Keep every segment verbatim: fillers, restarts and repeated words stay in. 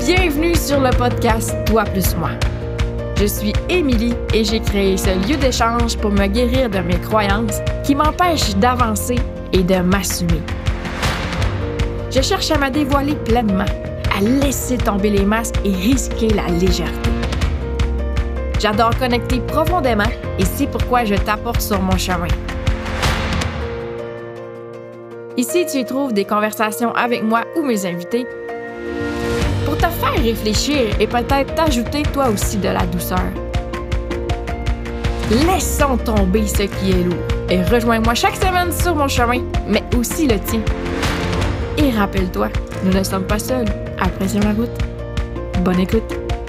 Bienvenue sur le podcast Toi plus moi. Je suis Émilie et j'ai créé ce lieu d'échange pour me guérir de mes croyances qui m'empêchent d'avancer et de m'assumer. Je cherche à me dévoiler pleinement, à laisser tomber les masques et risquer la légèreté. J'adore connecter profondément et c'est pourquoi je t'apporte sur mon chemin. Ici, tu y trouves des conversations avec moi ou mes invités pour te faire réfléchir et peut-être t'ajouter toi aussi de la douceur. Laissons tomber ce qui est lourd et rejoins-moi chaque semaine sur mon chemin, mais aussi le tien. Et rappelle-toi, nous ne sommes pas seuls. Apprécions la route. Bonne écoute.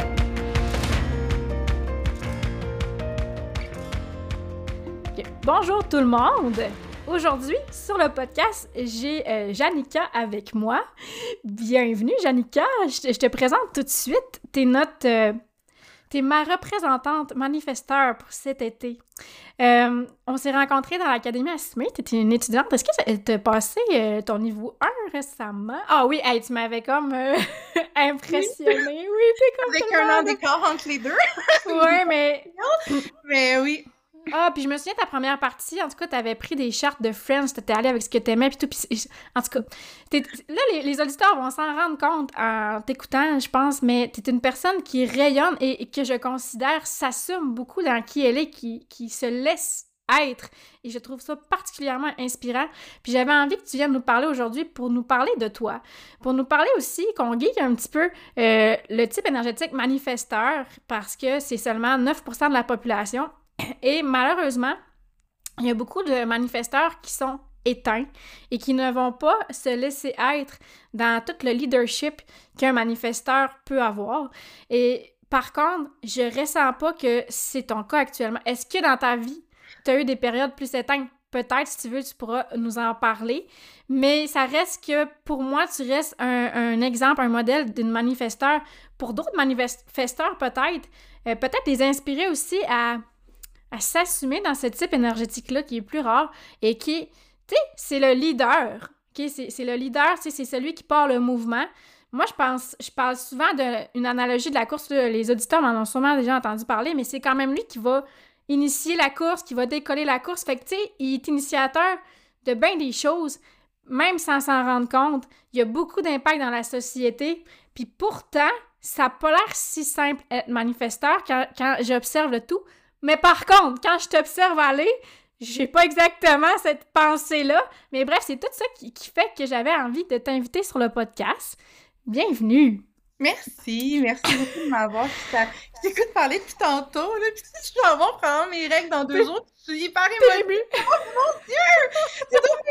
Okay. Bonjour tout le monde! Aujourd'hui, sur le podcast, j'ai euh, Janica avec moi. Bienvenue, Janica. Je, je te présente tout de suite. T'es notre... Euh, t'es ma représentante manifesteur pour cet été. Euh, on s'est rencontrés dans l'Académie Assumée. T'étais une étudiante. Est-ce que t'as passé euh, ton niveau un récemment? Ah oui, hey, tu m'avais comme euh, impressionnée. Oui, oui t'es comme... Avec un an d'écart entre les deux. Oui, mais... mais oui. Ah, puis je me souviens, ta première partie, en tout cas, t'avais pris des chartes de Friends, t'étais allé avec ce que t'aimais, puis tout, puis en tout cas, t'es, là, les, les auditeurs vont s'en rendre compte en t'écoutant, je pense, mais t'es une personne qui rayonne et, et que je considère s'assume beaucoup dans qui elle est, qui, qui se laisse être, et je trouve ça particulièrement inspirant. Puis j'avais envie que tu viennes nous parler aujourd'hui pour nous parler de toi, pour nous parler aussi, qu'on geek un petit peu euh, le type énergétique manifesteur, parce que c'est seulement neuf pour cent de la population. Et malheureusement, il y a beaucoup de manifesteurs qui sont éteints et qui ne vont pas se laisser être dans tout le leadership qu'un manifesteur peut avoir. Et par contre, je ressens pas que c'est ton cas actuellement. Est-ce que dans ta vie, tu as eu des périodes plus éteintes? Peut-être, si tu veux, tu pourras nous en parler. Mais ça reste que, pour moi, tu restes un, un exemple, un modèle d'une manifesteur. Pour d'autres manifesteurs, peut-être, euh, peut-être les inspirer aussi à... à s'assumer dans ce type énergétique-là qui est plus rare et qui, tu sais, c'est le leader, ok? C'est, c'est le leader, tu sais, c'est celui qui part le mouvement. Moi, je pense, je parle souvent d'une analogie de la course, là, les auditeurs m'en ont sûrement déjà entendu parler, mais c'est quand même lui qui va initier la course, qui va décoller la course. Fait que, tu sais, il est initiateur de bien des choses, même sans s'en rendre compte. Il y a beaucoup d'impact dans la société, puis pourtant, ça n'a pas l'air si simple être manifesteur quand, quand j'observe le tout. Mais par contre, quand je t'observe aller, j'ai pas exactement cette pensée-là. Mais bref, c'est tout ça qui, qui fait que j'avais envie de t'inviter sur le podcast. Bienvenue! Merci, merci beaucoup de m'avoir. Je t'écoute parler depuis tantôt, là, puis si je suis en bon prendre mes règles dans deux jours, je suis hyper émue. Oh mon Dieu! C'est donc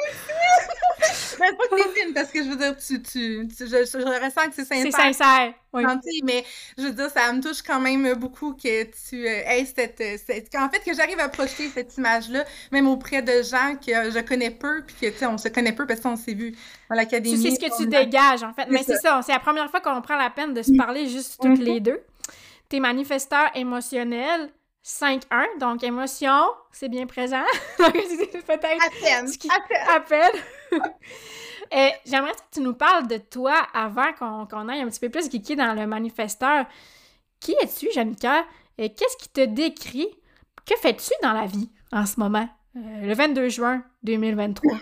facile! Mais pas que c'est fine, parce que je veux dire, tu, tu, tu je, je ressens que c'est sincère. C'est sincère, oui. Mais je veux dire, ça me touche quand même beaucoup que tu euh, aies cette, cette... En fait, que j'arrive à projeter cette image-là, même auprès de gens que je connais peu, puis que, tu sais, on se connaît peu parce qu'on s'est vu dans l'académie. Tu sais ce que tu dégages, en fait. Mais c'est ça, c'est la première fois qu'on prend la peine de se parler juste toutes mm-hmm. les deux. T'es manifesteur émotionnel, cinq un, donc émotion, c'est bien présent. Peut-être... À peine, qui... à peine. À peine. euh, j'aimerais que tu nous parles de toi avant qu'on, qu'on aille un petit peu plus geeker dans le manifesteur. Qui es-tu, Janica? Euh, qu'est-ce qui te décrit? Que fais-tu dans la vie en ce moment? Euh, le vingt-deux juin deux mille vingt-trois.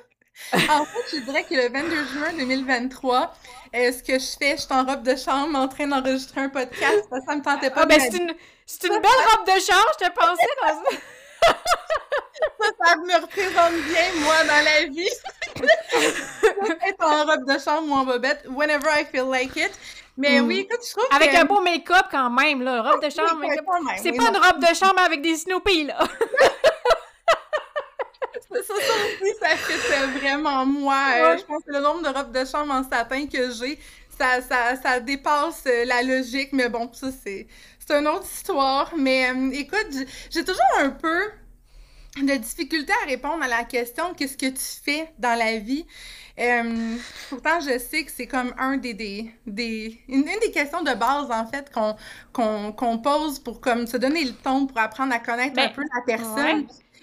En fait, je dirais que le vingt-deux juin deux mille vingt-trois, euh, ce que je fais, je suis en robe de chambre en train d'enregistrer un podcast parce que ça me tentait pas. Ah, ben c'est une, c'est une belle robe de chambre, je te pensais dans ça. Ça, ça me représente bien, moi, dans la vie. Être en robe de chambre ou en bobette, whenever I feel like it. Mais mm. oui, écoute, je trouve avec que... un beau make-up quand même, là. Robe de chambre, oui, make-up. Même, c'est oui, pas non. une robe de chambre avec des Snoopy, là. Ça, ça aussi, ça fait vraiment moi. Ouais. Euh, je pense que le nombre de robes de chambre en satin que j'ai, ça, ça, ça dépasse la logique. Mais bon, ça, c'est, c'est une autre histoire. Mais euh, écoute, j'ai, j'ai toujours un peu de difficulté à répondre à la question « Qu'est-ce que tu fais dans la vie? » Euh, pourtant, je sais que c'est comme un des, des, des une, une des questions de base, en fait, qu'on, qu'on, qu'on pose pour comme se donner le ton, pour apprendre à connaître ben, un peu la personne. Ouais.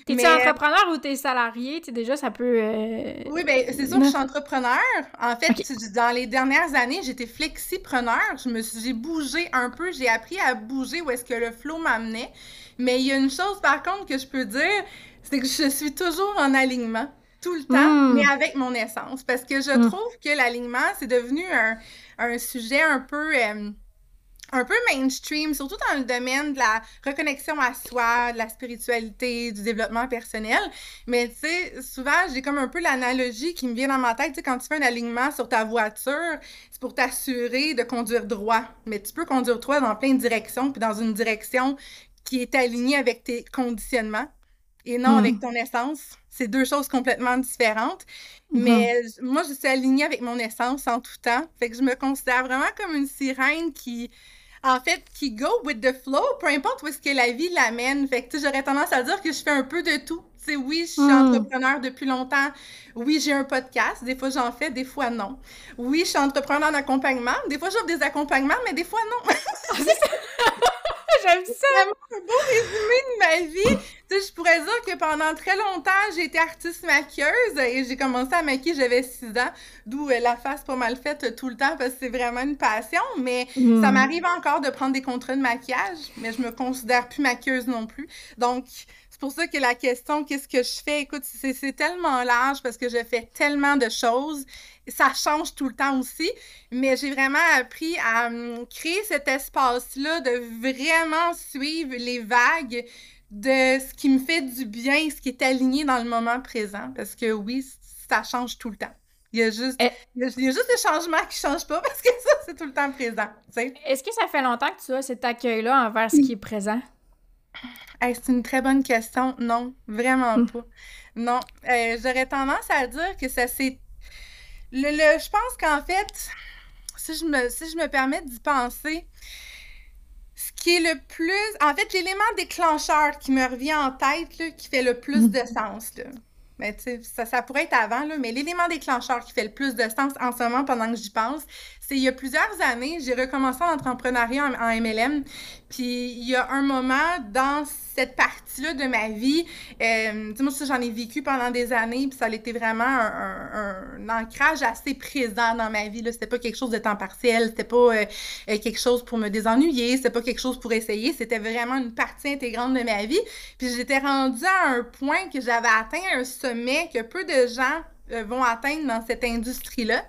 T'es-tu Mais entrepreneur ou t'es salarié? Tu sais, déjà, ça peut... euh, oui, ben c'est sûr que je suis entrepreneur. En fait, OK. tu- dans les dernières années, j'étais flexipreneur. Je me suis, j'ai bougé un peu, j'ai appris à bouger où est-ce que le flow m'amenait. Mais il y a une chose, par contre, que je peux dire, c'est que je suis toujours en alignement, tout le temps, mais Hmm. avec mon essence. Parce que je Hmm. trouve que l'alignement, c'est devenu un, un sujet un peu... euh, un peu mainstream, surtout dans le domaine de la reconnexion à soi, de la spiritualité, du développement personnel. Mais tu sais, souvent, j'ai comme un peu l'analogie qui me vient dans ma tête. Tu sais, quand tu fais un alignement sur ta voiture, c'est pour t'assurer de conduire droit. Mais tu peux conduire droit dans plein de directions, puis dans une direction qui est alignée avec tes conditionnements et non avec Hmm. ton essence. C'est deux choses complètement différentes. Mhm. Mais moi, je suis alignée avec mon essence en tout temps. Fait que je me considère vraiment comme une sirène qui en fait, qui go with the flow, peu importe où est-ce que la vie l'amène. Fait que, tu sais, j'aurais tendance à dire que je fais un peu de tout. Tu sais, oui, je suis Hmm. entrepreneur depuis longtemps. Oui, j'ai un podcast. Des fois, j'en fais, des fois, non. Oui, je suis entrepreneur en accompagnement. Des fois, j'offre des accompagnements, mais des fois, non. Ah, c'est ça! J'aime ça! Vraiment un beau résumé de ma vie. Tu sais, je pourrais dire que pendant très longtemps, j'ai été artiste maquilleuse et j'ai commencé à maquiller, j'avais six ans, d'où euh, la face pas mal faite euh, tout le temps parce que c'est vraiment une passion. Mais ça Hmm. m'arrive encore de prendre des contrats de maquillage, mais je me considère plus maquilleuse non plus. Donc, c'est pour ça que la question, qu'est-ce que je fais? Écoute, c'est c'est tellement large parce que je fais tellement de choses. Ça change tout le temps aussi, mais j'ai vraiment appris à hum, créer cet espace-là, de vraiment suivre les vagues de ce qui me fait du bien, ce qui est aligné dans le moment présent. Parce que oui, ça change tout le temps. Il y a juste, Eh, il y a, il y a juste des changements qui ne changent pas parce que ça, c'est tout le temps présent. Tu sais. Est-ce que ça fait longtemps que tu as cet accueil-là envers ce qui est présent? Hey, c'est une très bonne question. Non, vraiment Hmm. pas. Non, Euh, j'aurais tendance à dire que ça s'est... Le, le- je pense qu'en fait, si je me, si je me permets d'y penser, ce qui est le plus... En fait, l'élément déclencheur qui me revient en tête, là, qui fait le plus de Hmm. sens, là. Mais tu sais, ça, ça pourrait être avant, là, mais l'élément déclencheur qui fait le plus de sens en ce moment pendant que j'y pense, c'est il y a plusieurs années, j'ai recommencé en entrepreneuriat en, en M L M, puis il y a un moment dans cette partie-là de ma vie, euh, tu sais, moi, ça, j'en ai vécu pendant des années, puis ça a été vraiment un, un- un ancrage assez présent dans ma vie, là. C'était pas quelque chose de temps partiel, c'était pas euh, euh, quelque chose pour me désennuyer, c'était pas quelque chose pour essayer, c'était vraiment une partie intégrante de ma vie. Puis j'étais rendue à un point que j'avais atteint un sommet que peu de gens euh, vont atteindre dans cette industrie-là.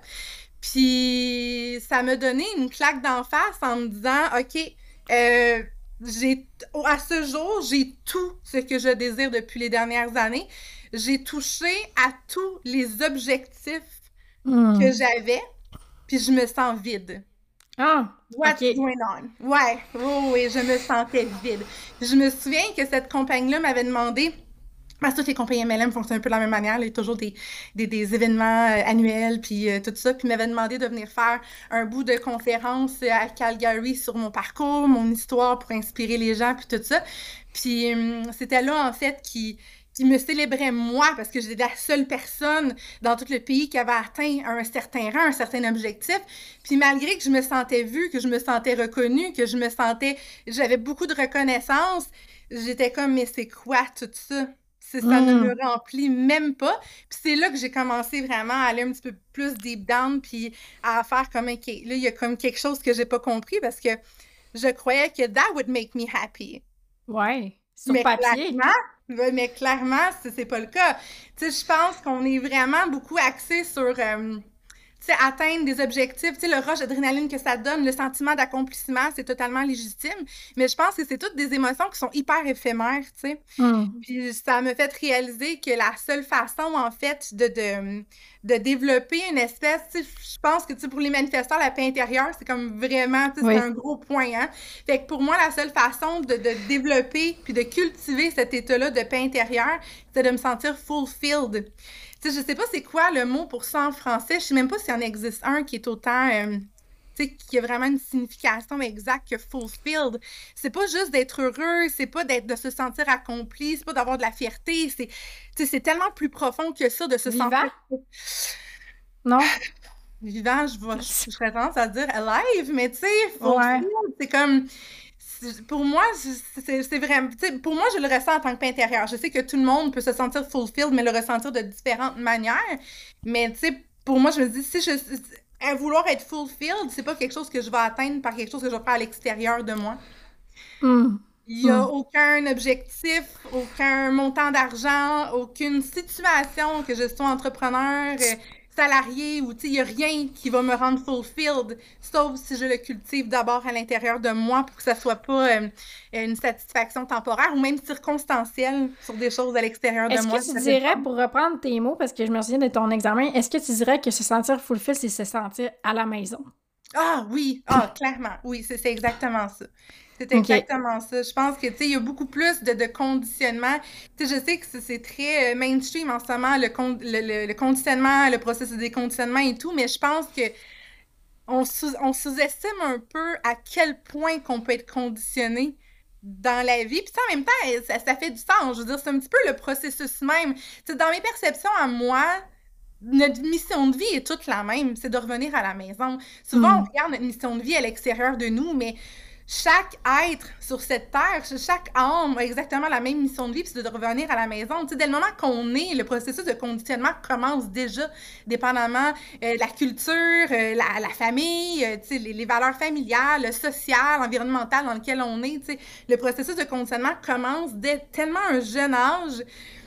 Puis ça m'a donné une claque d'en face en me disant, OK, euh, j'ai, à ce jour, j'ai tout ce que je désire depuis les dernières années. J'ai touché à tous les objectifs que Hmm. j'avais, puis je me sens vide. Ah, What's OK. going on? Ouais, oui, oui, je me sentais vide. Je me souviens que cette compagnie-là m'avait demandé, parce que toutes les compagnies M L M fonctionnent un peu de la même manière, là, il y a toujours des, des, des événements euh, annuels, puis euh, tout ça, puis m'avait demandé de venir faire un bout de conférence euh, à Calgary sur mon parcours, mon histoire pour inspirer les gens, puis tout ça. Puis hum, c'était là, en fait, qui, qui me célébrait moi, parce que j'étais la seule personne dans tout le pays qui avait atteint un certain rang, un certain objectif. Puis malgré que je me sentais vue, que je me sentais reconnue, que je me sentais... J'avais beaucoup de reconnaissance, j'étais comme, mais c'est quoi tout ça? C'est- Ça ne me Hmm. remplit même pas. Puis c'est là que j'ai commencé vraiment à aller un petit peu plus deep down, puis à faire comme, OK, là, il y a comme quelque chose que j'ai pas compris parce que je croyais que that would make me happy. Ouais. Sur Mais papier. clairement, ouais, mais clairement, c'est c'est pas le cas. Tu sais, je pense qu'on est vraiment beaucoup axé sur, euh, tu sais, atteindre des objectifs. Tu sais, le rush d'adrénaline que ça donne, le sentiment d'accomplissement, c'est totalement légitime. Mais je pense que c'est toutes des émotions qui sont hyper éphémères, tu sais. Hmm. Puis ça m'a fait réaliser que la seule façon, en fait, de, de, de développer une espèce, tu sais, je pense que, tu sais, pour les manifestants, la paix intérieure, c'est comme vraiment, tu sais, c'est Oui. un gros point, hein. Fait que pour moi, la seule façon de, de développer puis de cultiver cet état-là de paix intérieure, c'est de me sentir fulfilled. Tu sais, je sais pas c'est quoi le mot pour ça en français, je sais même pas s'il en existe un qui est autant... euh, tu sais, qui a vraiment une signification exacte que fulfilled. C'est pas juste d'être heureux, c'est pas d'être, de se sentir accompli, c'est pas d'avoir de la fierté, c'est, tu sais, c'est tellement plus profond que ça, de se Vivant? sentir Non? vivant, je, vois, je, je serais tendance à dire alive, mais tu sais, Ouais. fulfilled, c'est comme, pour moi, c'est c'est vraiment... tu sais, pour moi, je le ressens en tant que paix intérieure. Je sais que tout le monde peut se sentir fulfilled, mais le ressentir de différentes manières. Mais, tu sais, pour moi, je me dis, si je... à vouloir être fulfilled, c'est pas quelque chose que je vais atteindre par quelque chose que je vais faire à l'extérieur de moi. Mm. Il n'y a Mm. aucun objectif, aucun montant d'argent, aucune situation que je sois entrepreneur, euh, salarié, ou tu sais, il n'y a rien qui va me rendre fulfilled, sauf si je le cultive d'abord à l'intérieur de moi pour que ça soit pas euh, une satisfaction temporaire ou même circonstancielle sur des choses à l'extérieur de Est-ce moi. que tu Ça fait dirais, fun. pour reprendre tes mots, parce que je me souviens de ton examen, est-ce que tu dirais que se sentir fulfill, c'est se sentir à la maison? Ah oui, ah clairement, oui, c'est c'est exactement ça. C'est OK. exactement ça. Je pense que, tu sais, il y a beaucoup plus de, de conditionnement. Tu sais, je sais que c'est c'est très euh, mainstream en ce moment, le, con- le, le- le conditionnement, le processus des conditionnements et tout, mais je pense que on sous, on sous-estime un peu à quel point qu'on peut être conditionné dans la vie. Puis ça, en même temps, eh, ça, ça fait du sens. Je veux dire, c'est un petit peu le processus même. Tu sais, dans mes perceptions à moi, notre mission de vie est toute la même, c'est de revenir à la maison. Souvent, on Mm. regarde notre mission de vie à l'extérieur de nous, mais chaque être sur cette terre, chaque âme a exactement la même mission de vie, puis c'est de revenir à la maison. Tu sais, dès le moment qu'on est, le processus de conditionnement commence déjà, dépendamment euh, de la culture, euh, la, la famille, euh, tu sais, les, les valeurs familiales, le social, environnemental dans lequel on est. Tu sais, le processus de conditionnement commence dès tellement un jeune âge.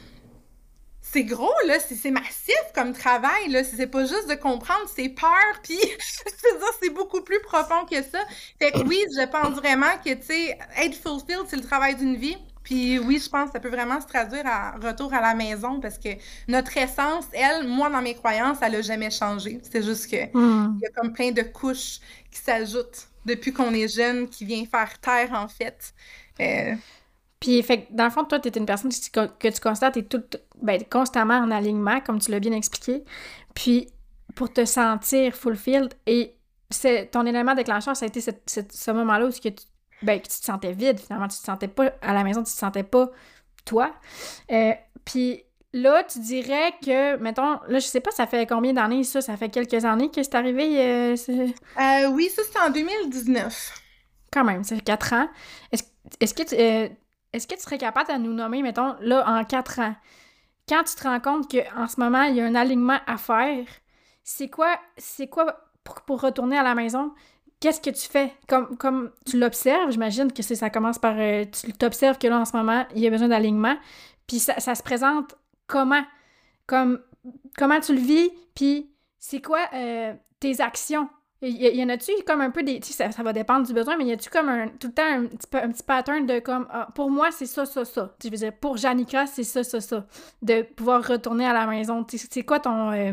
C'est gros, là, c'est c'est massif comme travail, là. C'est pas juste de comprendre ses peurs, puis je veux dire, c'est beaucoup plus profond que ça. Fait que oui, je pense vraiment que, tu sais, être fulfilled, c'est le travail d'une vie. Puis oui, je pense que ça peut vraiment se traduire à retour à la maison, parce que notre essence, elle, moi, dans mes croyances, elle a jamais changé. C'est juste que il Mm. y a comme plein de couches qui s'ajoutent depuis qu'on est jeune, qui vient faire taire, en fait. Euh, Puis, fait que, dans le fond, toi, t'es une personne que tu, que tu constates est tout, ben, constamment en alignement, comme tu l'as bien expliqué. Puis, pour te sentir fulfilled, et c'est ton élément déclencheur, ça a été cette- cette- ce moment-là où ce que tu, ben, que tu te sentais vide, finalement. Tu te sentais pas à la maison, tu te sentais pas toi. Euh, puis là, tu dirais que, mettons, là, je sais pas, ça fait combien d'années ça? Ça fait quelques années que c'est arrivé? euh, c'est- euh, oui, ça, c'était en deux mille dix-neuf. Quand même, ça fait quatre ans. Est-ce est-ce que tu, euh, est-ce que tu serais capable de nous nommer, mettons, là, en quatre ans, quand tu te rends compte qu'en ce moment, il y a un alignement à faire, c'est quoi, c'est quoi pour, pour retourner à la maison? Qu'est-ce que tu fais? Comme, comme tu l'observes, j'imagine que c'est, ça commence par... euh, tu t'observes que là, en ce moment, il y a besoin d'alignement. Puis ça, ça se présente comment? Comme, comment tu le vis? Puis c'est quoi euh, tes actions? Il y, y en a-tu comme un peu des... Tu sais, ça, ça va dépendre du besoin, mais y a-tu comme un, tout le temps un petit, pa- un petit pattern de comme... ah, pour moi, c'est ça, ça, ça. Tu sais, je veux dire, pour Janica, c'est ça, ça, ça. De pouvoir retourner à la maison. Tu sais, c'est quoi ton, euh,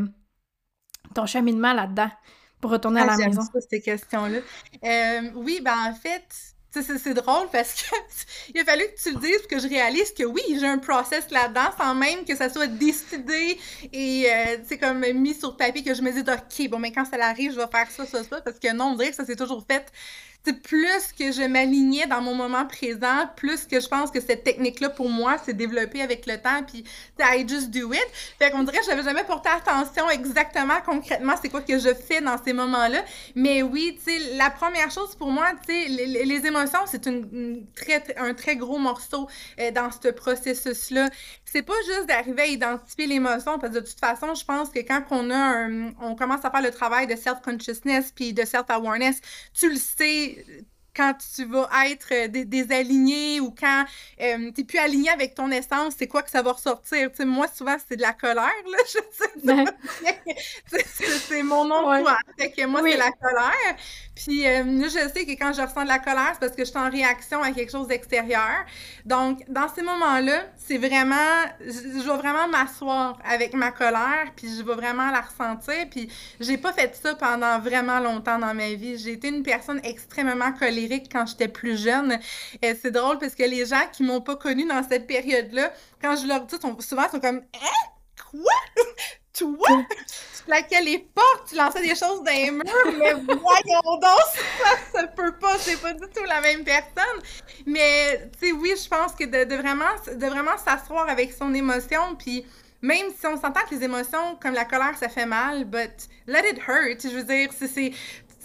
ton cheminement là-dedans pour retourner à Ah, la j'aime maison? ça, ces questions-là. Euh, oui, ben en fait, tu sais, c'est c'est drôle parce que il a fallu que tu le dises pour que je réalise que oui, j'ai un process là-dedans sans même que ça soit décidé et, euh, tu sais, comme mis sur papier que je me dise, OK, bon, mais quand ça arrive, je vais faire ça, ça, ça, parce que non, on dirait que ça s'est toujours fait. Tu sais, plus que je m'alignais dans mon moment présent, plus que je pense que cette technique-là, pour moi, s'est développée avec le temps, puis tu sais, I just do it. Fait qu'on dirait que j'avais jamais porté attention exactement, concrètement, c'est quoi que je fais dans ces moments-là. Mais oui, tu sais, la première chose pour moi, tu sais, les, les émotions, c'est une, une très, très- un très gros morceau euh, dans ce processus-là. C'est pas juste d'arriver à identifier l'émotion, parce que de toute façon, je pense que quand on a un- on commence à faire le travail de self-consciousness puis de self-awareness, tu le sais quand tu vas être euh, dé- désaligné ou quand euh, t'es plus aligné avec ton essence, c'est quoi que ça va ressortir? Tu sais, moi, souvent, c'est de la colère, là, je sais Ouais. pas. C'est c'est- c'est mon nom Ouais. de toi. Fait que moi, Oui. c'est la colère. Puis euh, là, je sais que quand je ressens de la colère, c'est parce que je suis en réaction à quelque chose d'extérieur. Donc, dans ces moments-là, c'est vraiment... Je, je vais vraiment m'asseoir avec ma colère, puis je vais vraiment la ressentir. Puis j'ai pas fait ça pendant vraiment longtemps dans ma vie. J'ai été une personne extrêmement colérique quand j'étais plus jeune. Et c'est drôle parce que les gens qui m'ont pas connue dans cette période-là, quand je leur dis, sont, souvent, ils sont comme « Hein? Quoi? Toi? Tu plaquais les portes, tu lançais des choses dans les murs, mais voyons donc, ça se peut pas, c'est pas du tout la même personne. » Mais, tu sais, oui, je pense que de, de vraiment, de vraiment s'asseoir avec son émotion, puis même si on s'entend que les émotions, comme la colère, ça fait mal, but let it hurt. Je veux dire, c'est... c'est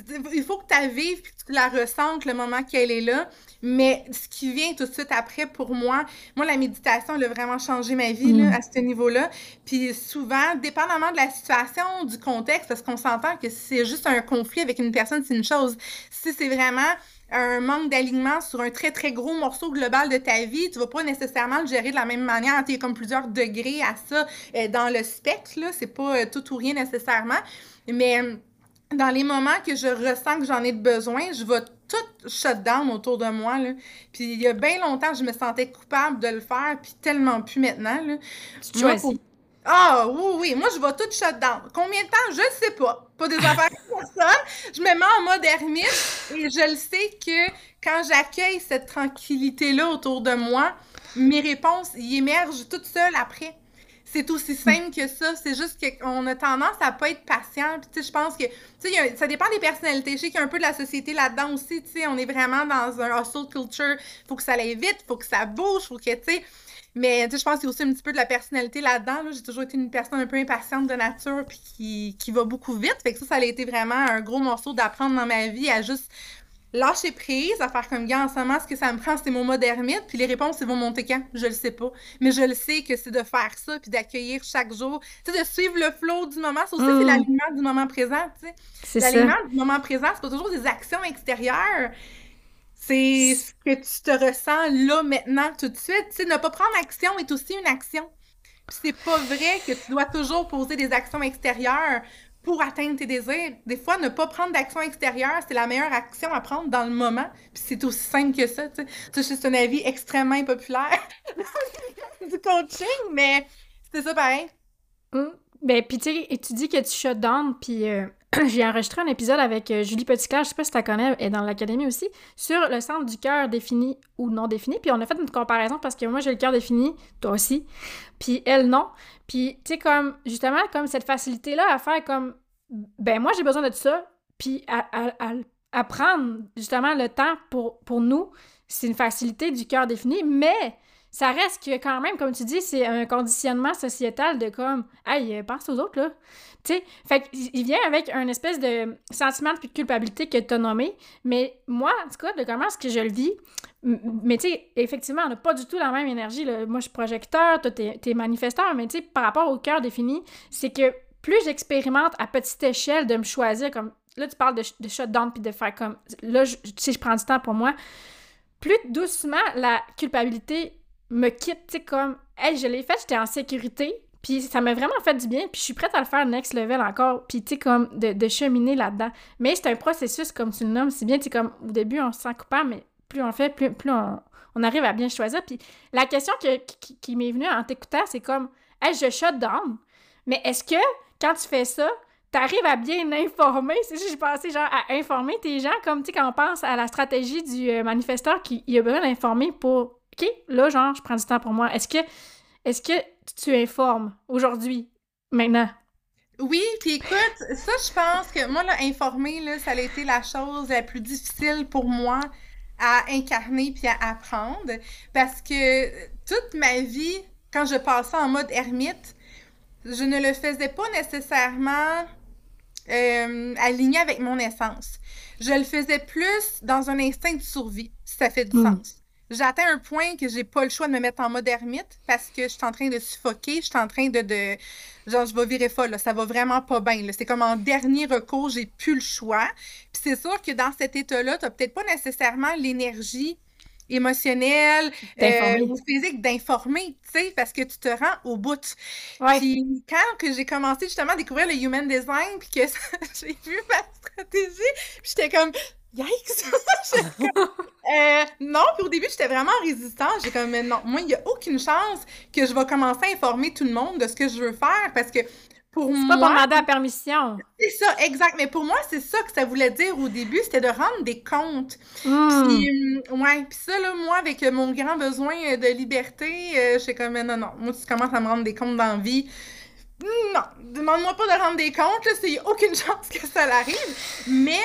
il faut que tu la vives puis que tu la ressentes le moment qu'elle est là. Mais ce qui vient tout de suite après, pour moi, moi, la méditation, elle a vraiment changé ma vie là, Mm. à ce niveau-là. Puis souvent, dépendamment de la situation, du contexte, parce qu'on s'entend que si c'est juste un conflit avec une personne, c'est une chose. Si c'est vraiment un manque d'alignement sur un très, très gros morceau global de ta vie, tu vas pas nécessairement le gérer de la même manière. Il y a comme plusieurs degrés à ça euh, dans le spectre, là. C'est pas euh, tout ou rien nécessairement. Mais euh, dans les moments que je ressens que j'en ai besoin, je vais tout shut down autour de moi, là. Puis il y a bien longtemps, je me sentais coupable de le faire, puis tellement plus maintenant, là. Tu te Moi, pour... choisis. Ah, oui, oui, moi, je vais tout shut down. Combien de temps? Je ne sais pas. Pas des affaires comme ça. Je me mets en mode ermite et je le sais que quand j'accueille cette tranquillité-là autour de moi, mes réponses y émergent toutes seules après. C'est aussi simple que ça. C'est juste qu'on a tendance à pas être patient. Puis, tu sais, je pense que, tu sais, il y a- ça dépend des personnalités. Je sais qu'il y a un peu de la société là-dedans aussi. Tu sais, on est vraiment dans un hustle culture. Faut que ça aille vite, faut que ça bouge, faut que, tu sais. Mais, tu sais, je pense qu'il y a aussi un petit peu de la personnalité là-dedans. Là. J'ai toujours été une personne un peu impatiente de nature puis qui, qui va beaucoup vite. Fait que ça, ça a été vraiment un gros morceau d'apprendre dans ma vie à juste lâcher prise, à faire comme gars en ce moment, ce que ça me prend, c'est mon mode ermite, puis les réponses, ils vont monter quand? Je le sais pas. Mais je le sais que c'est de faire ça, puis d'accueillir chaque jour, tu sais, de suivre le flow du moment. Ça aussi, c'est Mm. l'alignement du moment présent, tu sais. C'est ça. L'alignement du moment présent, c'est pas toujours des actions extérieures. C'est ce que tu te ressens là, maintenant, tout de suite. Tu sais, ne pas prendre action est aussi une action. Puis c'est pas vrai que tu dois toujours poser des actions extérieures pour atteindre tes désirs. Des fois, ne pas prendre d'action extérieure, c'est la meilleure action à prendre dans le moment. Puis c'est aussi simple que ça, tu sais. Ça, c'est un avis extrêmement impopulaire du coaching, mais c'est ça pareil. Mm. Ben, puis tu sais, et tu dis que tu shut down, puis euh, j'ai enregistré un épisode avec euh, Julie Petitclerc, je sais pas si tu la connais, elle est dans l'académie aussi, sur le centre du cœur défini ou non défini, puis on a fait une comparaison parce que moi j'ai le cœur défini, toi aussi, puis elle non, puis tu sais, comme, justement, comme cette facilité-là à faire comme, ben moi j'ai besoin de ça, puis à, à, à, à prendre justement le temps pour, pour nous, c'est une facilité du cœur défini, mais ça reste que quand même, comme tu dis, c'est un conditionnement sociétal de comme « Hey, euh, pense aux autres, là! » Tu sais, fait qu'il vient avec un espèce de sentiment de culpabilité que tu as nommé, mais moi, en tout cas, de comment est-ce que je le vis, m- mais tu sais, effectivement, on n'a pas du tout la même énergie, là. Moi, je suis projecteur, toi, t'es, t'es manifesteur, mais tu sais, par rapport au cœur défini, c'est que plus j'expérimente à petite échelle de me choisir, comme là, tu parles de, de shutdown puis de faire comme, là, je- tu sais, je prends du temps pour moi, plus doucement la culpabilité me quitte, tu sais, comme, hey, je l'ai fait, j'étais en sécurité, puis ça m'a vraiment fait du bien, puis je suis prête à le faire next level encore, puis tu sais, comme, de, de cheminer là-dedans. Mais c'est un processus, comme tu le nommes, si bien, tu sais, comme, au début, on se sent coupable, mais plus on le fait, plus, plus on, on arrive à bien choisir. Puis la question que, qui, qui m'est venue en t'écoutant, c'est comme, hey, je shut down, mais est-ce que, quand tu fais ça, t'arrives à bien informer, c'est juste, j'ai pensé genre à informer tes gens, comme, tu sais, quand on pense à la stratégie du euh, manifesteur qui il a besoin d'informer pour, OK, là, genre, je prends du temps pour moi. Est-ce que, est-ce que tu informes aujourd'hui, maintenant? Oui, puis écoute, ça, je pense que moi, là, informer, là, ça a été la chose la plus difficile pour moi à incarner puis à apprendre, parce que toute ma vie, quand je passais en mode ermite, je ne le faisais pas nécessairement euh, aligné avec mon essence. Je le faisais plus dans un instinct de survie, si ça fait du Mm. sens. J'ai atteint un point que j'ai pas le choix de me mettre en mode ermite parce que je suis en train de suffoquer, je suis en train de, de... genre, je vais virer folle, là, ça va vraiment pas bien, là. C'est comme en dernier recours, j'ai plus le choix. Puis c'est sûr que dans cet état-là, t'as peut-être pas nécessairement l'énergie émotionnelle euh, D'informer. ou physique d'informer, tu sais, parce que tu te rends au bout. Ouais. Puis quand que j'ai commencé justement à découvrir le human design, puis que ça- j'ai vu ma stratégie, puis j'étais comme yikes! J'étais comme, euh, non, puis au début, j'étais vraiment résistante. J'ai comme, mais non, moi, il n'y a aucune chance que je vais commencer à informer tout le monde de ce que je veux faire, parce que pour C'est pas pour moi, demander la permission. c'est ça, exact. Mais pour moi, c'est ça que ça voulait dire au début, c'était de rendre des comptes. Mm. Puis, euh, ouais, puis ça, là, moi, avec euh, mon grand besoin euh, de liberté, euh, j'étais comme, mais non, non, moi, tu commences à me rendre des comptes dans la vie. Non, demande-moi pas de rendre des comptes, là, il n'y a aucune chance que ça l'arrive. Mais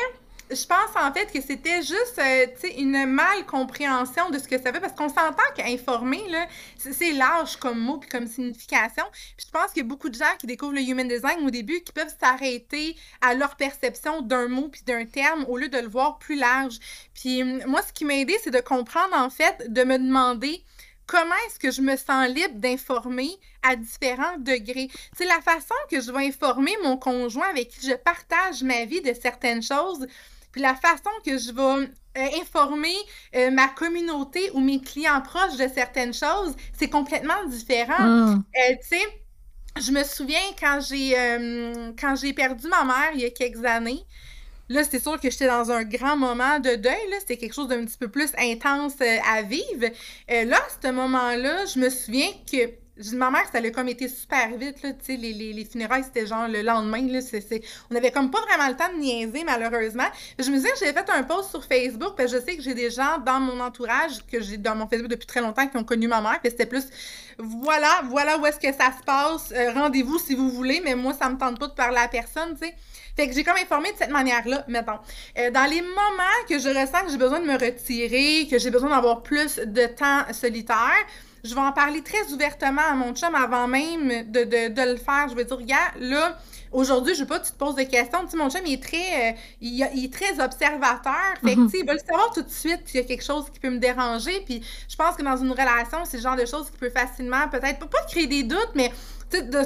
je pense en fait que c'était juste, euh, tu sais, une mal compréhension de ce que ça veut, parce qu'on s'entend qu'informer, là, c'est c'est large comme mot puis comme signification. Puis je pense qu'il y a beaucoup de gens qui découvrent le human design au début qui peuvent s'arrêter à leur perception d'un mot puis d'un terme au lieu de le voir plus large. Puis hum, moi, ce qui m'a aidé, c'est de comprendre en fait, de me demander comment est-ce que je me sens libre d'informer à différents degrés. C'est la façon que je vais informer mon conjoint avec qui je partage ma vie de certaines choses, puis la façon que je vais euh, informer euh, ma communauté ou mes clients proches de certaines choses, c'est complètement différent. Mm. Euh, tu sais, je me souviens quand j'ai euh, quand j'ai perdu ma mère il y a quelques années. Là, c'est sûr que j'étais dans un grand moment de deuil, là. C'était quelque chose d'un petit peu plus intense euh, à vivre. Euh, là, à ce moment-là, je me souviens que ma mère, ça a comme été super vite, là, tu sais, les, les, les funérailles, c'était genre le lendemain, là, c'est, c'est... on avait comme pas vraiment le temps de niaiser, malheureusement. Je me souviens que j'avais fait un post sur Facebook, parce que je sais que j'ai des gens dans mon entourage, que j'ai dans mon Facebook depuis très longtemps, qui ont connu ma mère, puis c'était plus, voilà, voilà où est-ce que ça se passe, euh, rendez-vous si vous voulez, mais moi, ça me tente pas de parler à la personne, tu sais. Fait que j'ai comme informé de cette manière-là, mettons. Euh, dans les moments que je ressens que j'ai besoin de me retirer, que j'ai besoin d'avoir plus de temps solitaire, je vais en parler très ouvertement à mon chum avant même de, de, de le faire. Je vais dire, regarde, là, aujourd'hui, je veux pas que tu te poses de questions. Tu sais, mon chum, il est très, euh, il, il est très observateur. Fait que, tu sais, il va le savoir tout de suite s'il y a quelque chose qui peut me déranger. Puis je pense que dans une relation, c'est le genre de choses qui peut facilement, peut-être, pas créer des doutes, mais tu sais, tu vas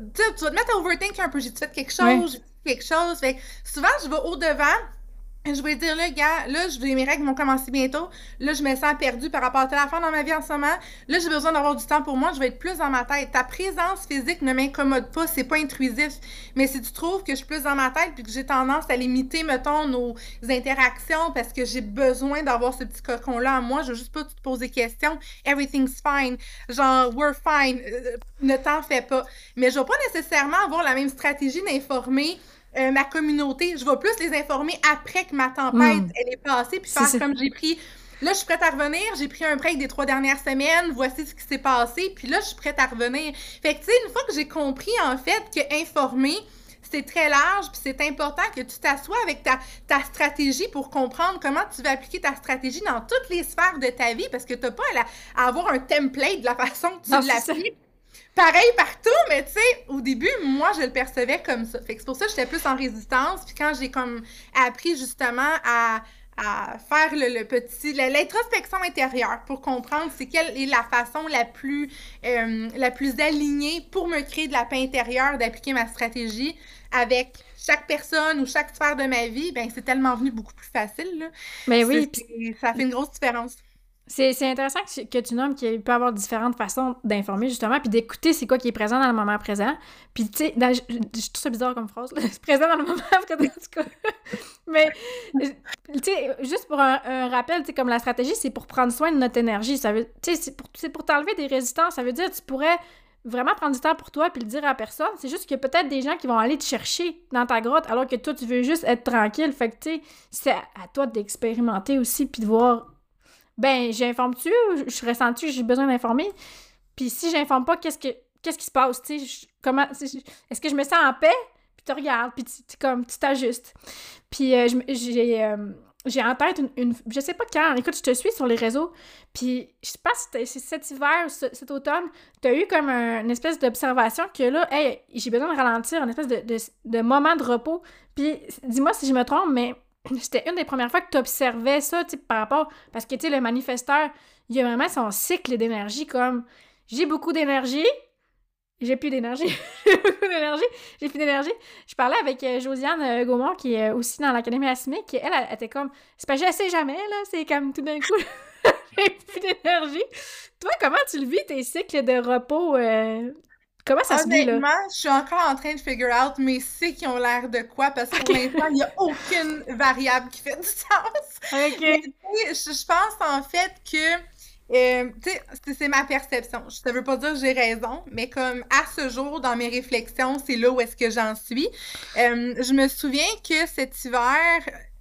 te mettre à overthink un peu. J'ai-tu fait quelque chose? Ouais. quelque chose. Fait que souvent, je vais au-devant. Je vais dire, là, gars, là, je, mes règles vont commencer bientôt. Là, je me sens perdue par rapport à telle affaire dans ma vie en ce moment. Là, j'ai besoin d'avoir du temps pour moi. Je vais être plus dans ma tête. Ta présence physique ne m'incommode pas. C'est pas intrusif. Mais si tu trouves que je suis plus dans ma tête puis que j'ai tendance à limiter, mettons, nos interactions parce que j'ai besoin d'avoir ce petit cocon-là en moi, je veux juste pas te poser des questions. Everything's fine. Genre, we're fine. Euh, ne t'en fais pas. Mais je vais pas nécessairement avoir la même stratégie d'informer Euh, ma communauté. Je vais plus les informer après que ma tempête, mm. elle est passée, puis faire c'est comme j'ai pris... Là, je suis prête à revenir, j'ai pris un break des trois dernières semaines, voici ce qui s'est passé, puis là, je suis prête à revenir. Fait que, tu sais, une fois que j'ai compris, en fait, que informer, c'est très large, puis c'est important que tu t'assoies avec ta, ta stratégie pour comprendre comment tu vas appliquer ta stratégie dans toutes les sphères de ta vie, parce que tu n'as pas à, à avoir un template de la façon que tu l'appliques. Pareil partout, mais tu sais, au début, moi, je le percevais comme ça. Fait que c'est pour ça que j'étais plus en résistance. Puis quand j'ai comme appris justement à, à faire le, le petit, l'introspection intérieure pour comprendre c'est quelle est la façon la plus, euh, la plus alignée pour me créer de la paix intérieure, d'appliquer ma stratégie avec chaque personne ou chaque sphère de ma vie, ben c'est tellement venu beaucoup plus facile, là. Mais oui. Pis... Ça fait une grosse différence. C'est, c'est intéressant que tu, que tu nommes qu'il peut y avoir différentes façons d'informer, justement, puis d'écouter c'est quoi qui est présent dans le moment présent. Puis, tu sais, je, je trouve ça bizarre comme phrase, là, c'est présent dans le moment présent, en tout cas. Mais, tu sais, juste pour un, un rappel, tu sais, comme la stratégie, c'est pour prendre soin de notre énergie. Ça veut, tu sais, c'est pour, c'est pour t'enlever des résistances. Ça veut dire que tu pourrais vraiment prendre du temps pour toi puis le dire à personne. C'est juste qu'il y a peut-être des gens qui vont aller te chercher dans ta grotte alors que toi, tu veux juste être tranquille. Fait que, tu sais, c'est à, à toi d'expérimenter aussi puis de voir... Ben, j'informe-tu ou je ressens-tu que j'ai besoin d'informer? Puis si j'informe pas, qu'est-ce que qu'est-ce qui se passe? Tu sais, comment... Est-ce que je me sens en paix? Puis tu regardes, puis tu, tu, comme, tu t'ajustes. Puis euh, j'ai, euh, j'ai en tête une, une... Je sais pas quand. Écoute, je te suis sur les réseaux. Puis je pense que c'est cet hiver, ce, cet automne, t'as eu comme un, une espèce d'observation que là, hey, j'ai besoin de ralentir, une espèce de, de, de moment de repos. Puis dis-moi si je me trompe, mais... C'était une des premières fois que tu observais ça, tu sais, par rapport... Parce que, tu sais, le manifesteur, il a vraiment son cycle d'énergie comme... J'ai beaucoup d'énergie, j'ai plus d'énergie. J'ai beaucoup d'énergie, j'ai plus d'énergie. Je parlais avec euh, Josiane euh, Gaumont, qui est aussi dans l'Académie Asimique, qui, elle, elle était comme... C'est pas, je sais jamais, là, c'est comme tout d'un coup... j'ai plus d'énergie. Toi, comment tu le vis, tes cycles de repos... Euh... Comment ça se vit, là? Honnêtement, je suis encore en train de figure out mes cycles qui ont l'air de quoi, parce que pour l'instant, il n'y a aucune variable qui fait du sens. OK. Mais, je, je pense en fait que, euh, tu sais, c'est, c'est ma perception. Ça veut pas dire que j'ai raison, mais comme à ce jour, dans mes réflexions, c'est là où est-ce que j'en suis. Euh, je me souviens que cet hiver...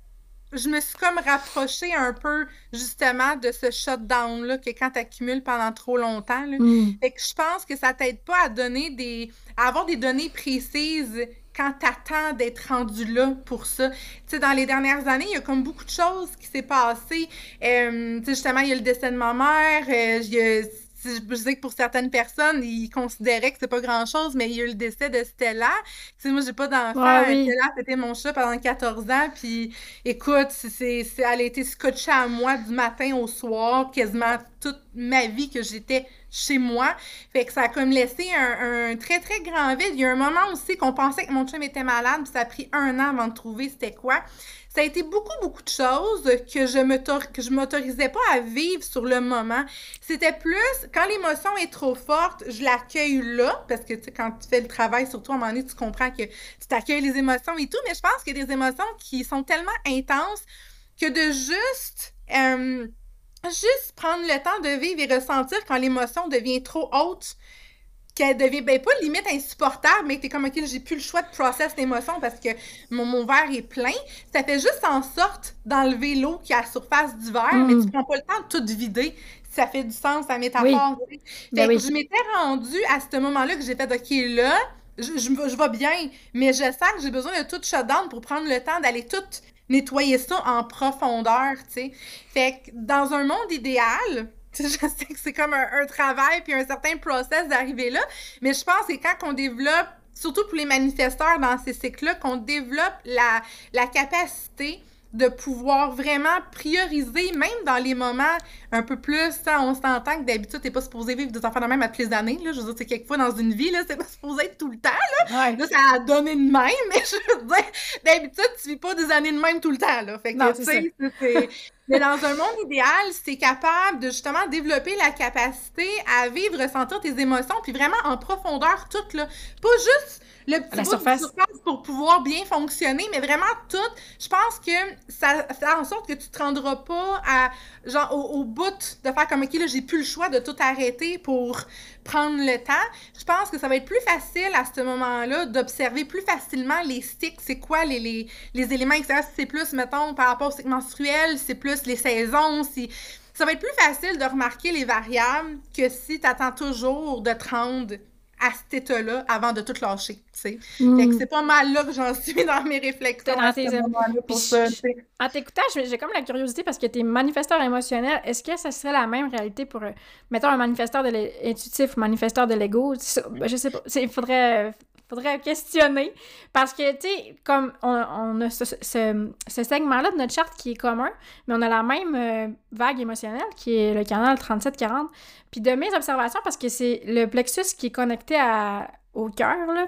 je me suis comme rapprochée un peu, justement, de ce shutdown-là que quand t'accumules pendant trop longtemps, là. Mm. Fait que je pense que ça t'aide pas à donner des... à avoir des données précises quand t'attends d'être rendu là pour ça. Tu sais, dans les dernières années, il y a comme beaucoup de choses qui s'est passé. Euh, tu sais, justement, il y a le décès de ma mère, euh, il y a... Je sais que pour certaines personnes, ils considéraient que c'est pas grand-chose, mais il y a eu le décès de Stella. Tu sais, moi, j'ai pas d'enfant. Ouais, oui. Stella, c'était mon chat pendant quatorze ans. Puis, écoute, c'est, c'est, c'est- elle a été scotchée à moi du matin au soir, quasiment toute ma vie que j'étais chez moi. Fait que ça a comme laissé un, un très, très grand vide. Il y a un moment aussi qu'on pensait que mon chum était malade, puis ça a pris un an avant de trouver c'était quoi. Ça a été beaucoup, beaucoup de choses que je m'autor- que je m'autorisais pas à vivre sur le moment. C'était plus, quand l'émotion est trop forte, je l'accueille là, parce que, tu sais, quand tu fais le travail sur toi, à un moment donné, tu comprends que tu t'accueilles les émotions et tout, mais je pense qu'il y a des émotions qui sont tellement intenses que de juste... euh, juste prendre le temps de vivre et ressentir quand l'émotion devient trop haute, qu'elle devient, ben pas limite insupportable, mais que t'es comme, ok, j'ai plus le choix de process l'émotion parce que mon, mon verre est plein. Ça fait juste en sorte d'enlever l'eau qui est à la surface du verre, mais tu Mm. prends pas le temps de tout vider. Si ça fait du sens, la Oui, métaphore. Tu sais. ben Fait que oui. je m'étais rendue à ce moment-là que j'ai fait, ok, là, je, je, je vais bien, mais je sens que j'ai besoin de tout shutdown pour prendre le temps d'aller tout nettoyer ça en profondeur, tu sais. Fait que dans un monde idéal, tu sais, je sais que c'est comme un, un travail puis un certain process d'arriver là, mais je pense que c'est quand qu'on développe, surtout pour les manifesteurs dans ces cycles-là, qu'on développe la, la capacité de pouvoir vraiment prioriser, même dans les moments un peu plus, ça, on s'entend que d'habitude, t'es pas supposé vivre des affaires de même à toutes les années, là, je veux dire, c'est quelquefois dans une vie, là, c'est pas supposé être tout le temps, Ouais. là, ça a donné de même, mais je veux dire, d'habitude, tu vis pas des années de même tout le temps, là, fait que, Non, tu c'est ça. sais, c'est- c'est... Mais dans un monde idéal, c'est capable de justement développer la capacité à vivre, ressentir tes émotions, puis vraiment en profondeur toutes, là. Pas juste le À petit la bout de surface. surface pour pouvoir bien fonctionner, mais vraiment tout. Je pense que ça fait en sorte que tu te rendras pas à, genre, au, au bout de faire comme, OK, là, j'ai plus le choix de tout arrêter pour prendre le temps. Je pense que ça va être plus facile à ce moment-là d'observer plus facilement les cycles. C'est quoi les, les, les éléments extérieurs? Si c'est plus, mettons, par rapport au cycle menstruel, c'est plus les saisons, si... Ça va être plus facile de remarquer les variables que si tu attends toujours de te rendre à cet état-là avant de tout lâcher, tu sais. Mm. Fait que c'est pas mal là que j'en suis dans mes T'es réflexions dans à tes ce émotions. moment-là Puis pour ça, je- tu sais. en t'écoutant, j'ai j'ai comme la curiosité parce que t'es manifesteur émotionnel. Est-ce que ça serait la même réalité pour, euh, mettons, un manifesteur de l'é- intuitif ou manifesteur de l'ego? C'est ça, ben, je sais pas. Il faudrait, faudrait questionner. Parce que, tu sais, comme on, on a ce, ce, ce segment-là de notre charte qui est commun, mais on a la même euh, vague émotionnelle qui est le canal trente-sept quarante. Puis de mes observations, parce que c'est le plexus qui est connecté à, au cœur, là,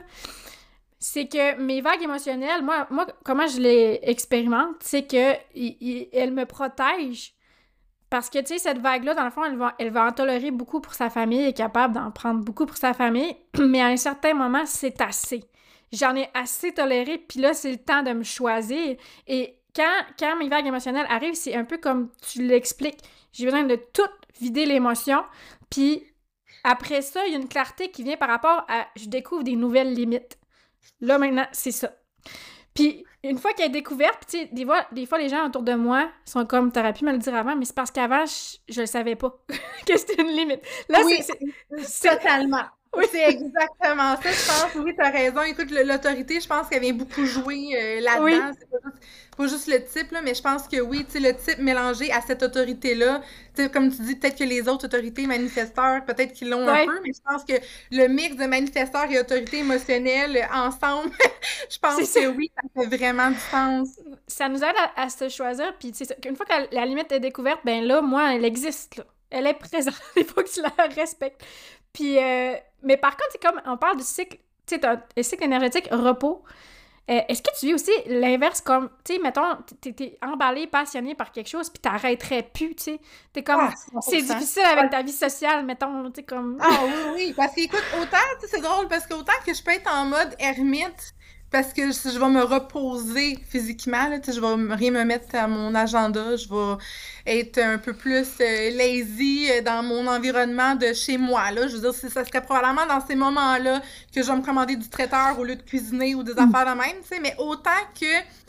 c'est que mes vagues émotionnelles, moi, moi comment je les expérimente, c'est que il, il- elles me protègent. Parce que, tu sais, cette vague-là, dans le fond, elle va, elle va en tolérer beaucoup pour sa famille, elle est capable d'en prendre beaucoup pour sa famille, mais à un certain moment, c'est assez. J'en ai assez toléré, puis là, c'est le temps de me choisir. Et quand, quand mes vagues émotionnelles arrivent, c'est un peu comme tu l'expliques. J'ai besoin de tout vider l'émotion, puis après ça, il y a une clarté qui vient par rapport à... Je découvre des nouvelles limites. Là, maintenant, c'est ça. Puis, une fois qu'elle est découverte, puis tu sais, des fois, des fois, les gens autour de moi sont comme, t'aurais pu me le dire avant, mais c'est parce qu'avant, je, je le savais pas que c'était une limite. Là, Oui, c'est- c'est... c'est- totalement. Oui. C'est exactement ça, je pense. Oui, t'as raison. Écoute, le- l'autorité, je pense qu'elle vient beaucoup jouer euh, là-dedans. Oui. C'est pas juste, pas juste le type, là, mais je pense que oui, tu sais, le type mélangé à cette autorité-là, tu sais, comme tu dis, peut-être que les autres autorités manifesteurs, peut-être qu'ils l'ont Ouais. un peu, mais je pense que le mix de manifesteurs et autorités émotionnelles ensemble, je pense C'est que oui, ça fait vraiment du sens. Ça nous aide à, à se choisir, puis tu sais, une fois que la limite est découverte, ben là, moi, elle existe, là. Elle est présente, il faut que tu la respectes. Puis, euh, mais par contre, c'est comme, on parle du cycle, tu sais, t'as le cycle énergétique repos. Euh, est-ce que tu vis aussi l'inverse comme, tu sais, mettons, t'es, t'es emballé, passionné par quelque chose, puis t'arrêterais plus, tu sais. T'es comme, Ah, cent pour c'est cent. difficile avec ta vie sociale, mettons, tu sais, comme... Ah oui, oui, parce qu'écoute, autant, tu sais, c'est drôle, parce qu'autant que je peux être en mode ermite, parce que je, je vais me reposer physiquement, là, tu sais, je vais me- rien me mettre à mon agenda, je vais être un peu plus euh, lazy euh, dans mon environnement de chez moi, là. Je veux dire, c'est- ça serait probablement dans ces moments-là que je vais me commander du traiteur au lieu de cuisiner ou des affaires de même, tu sais, mais autant que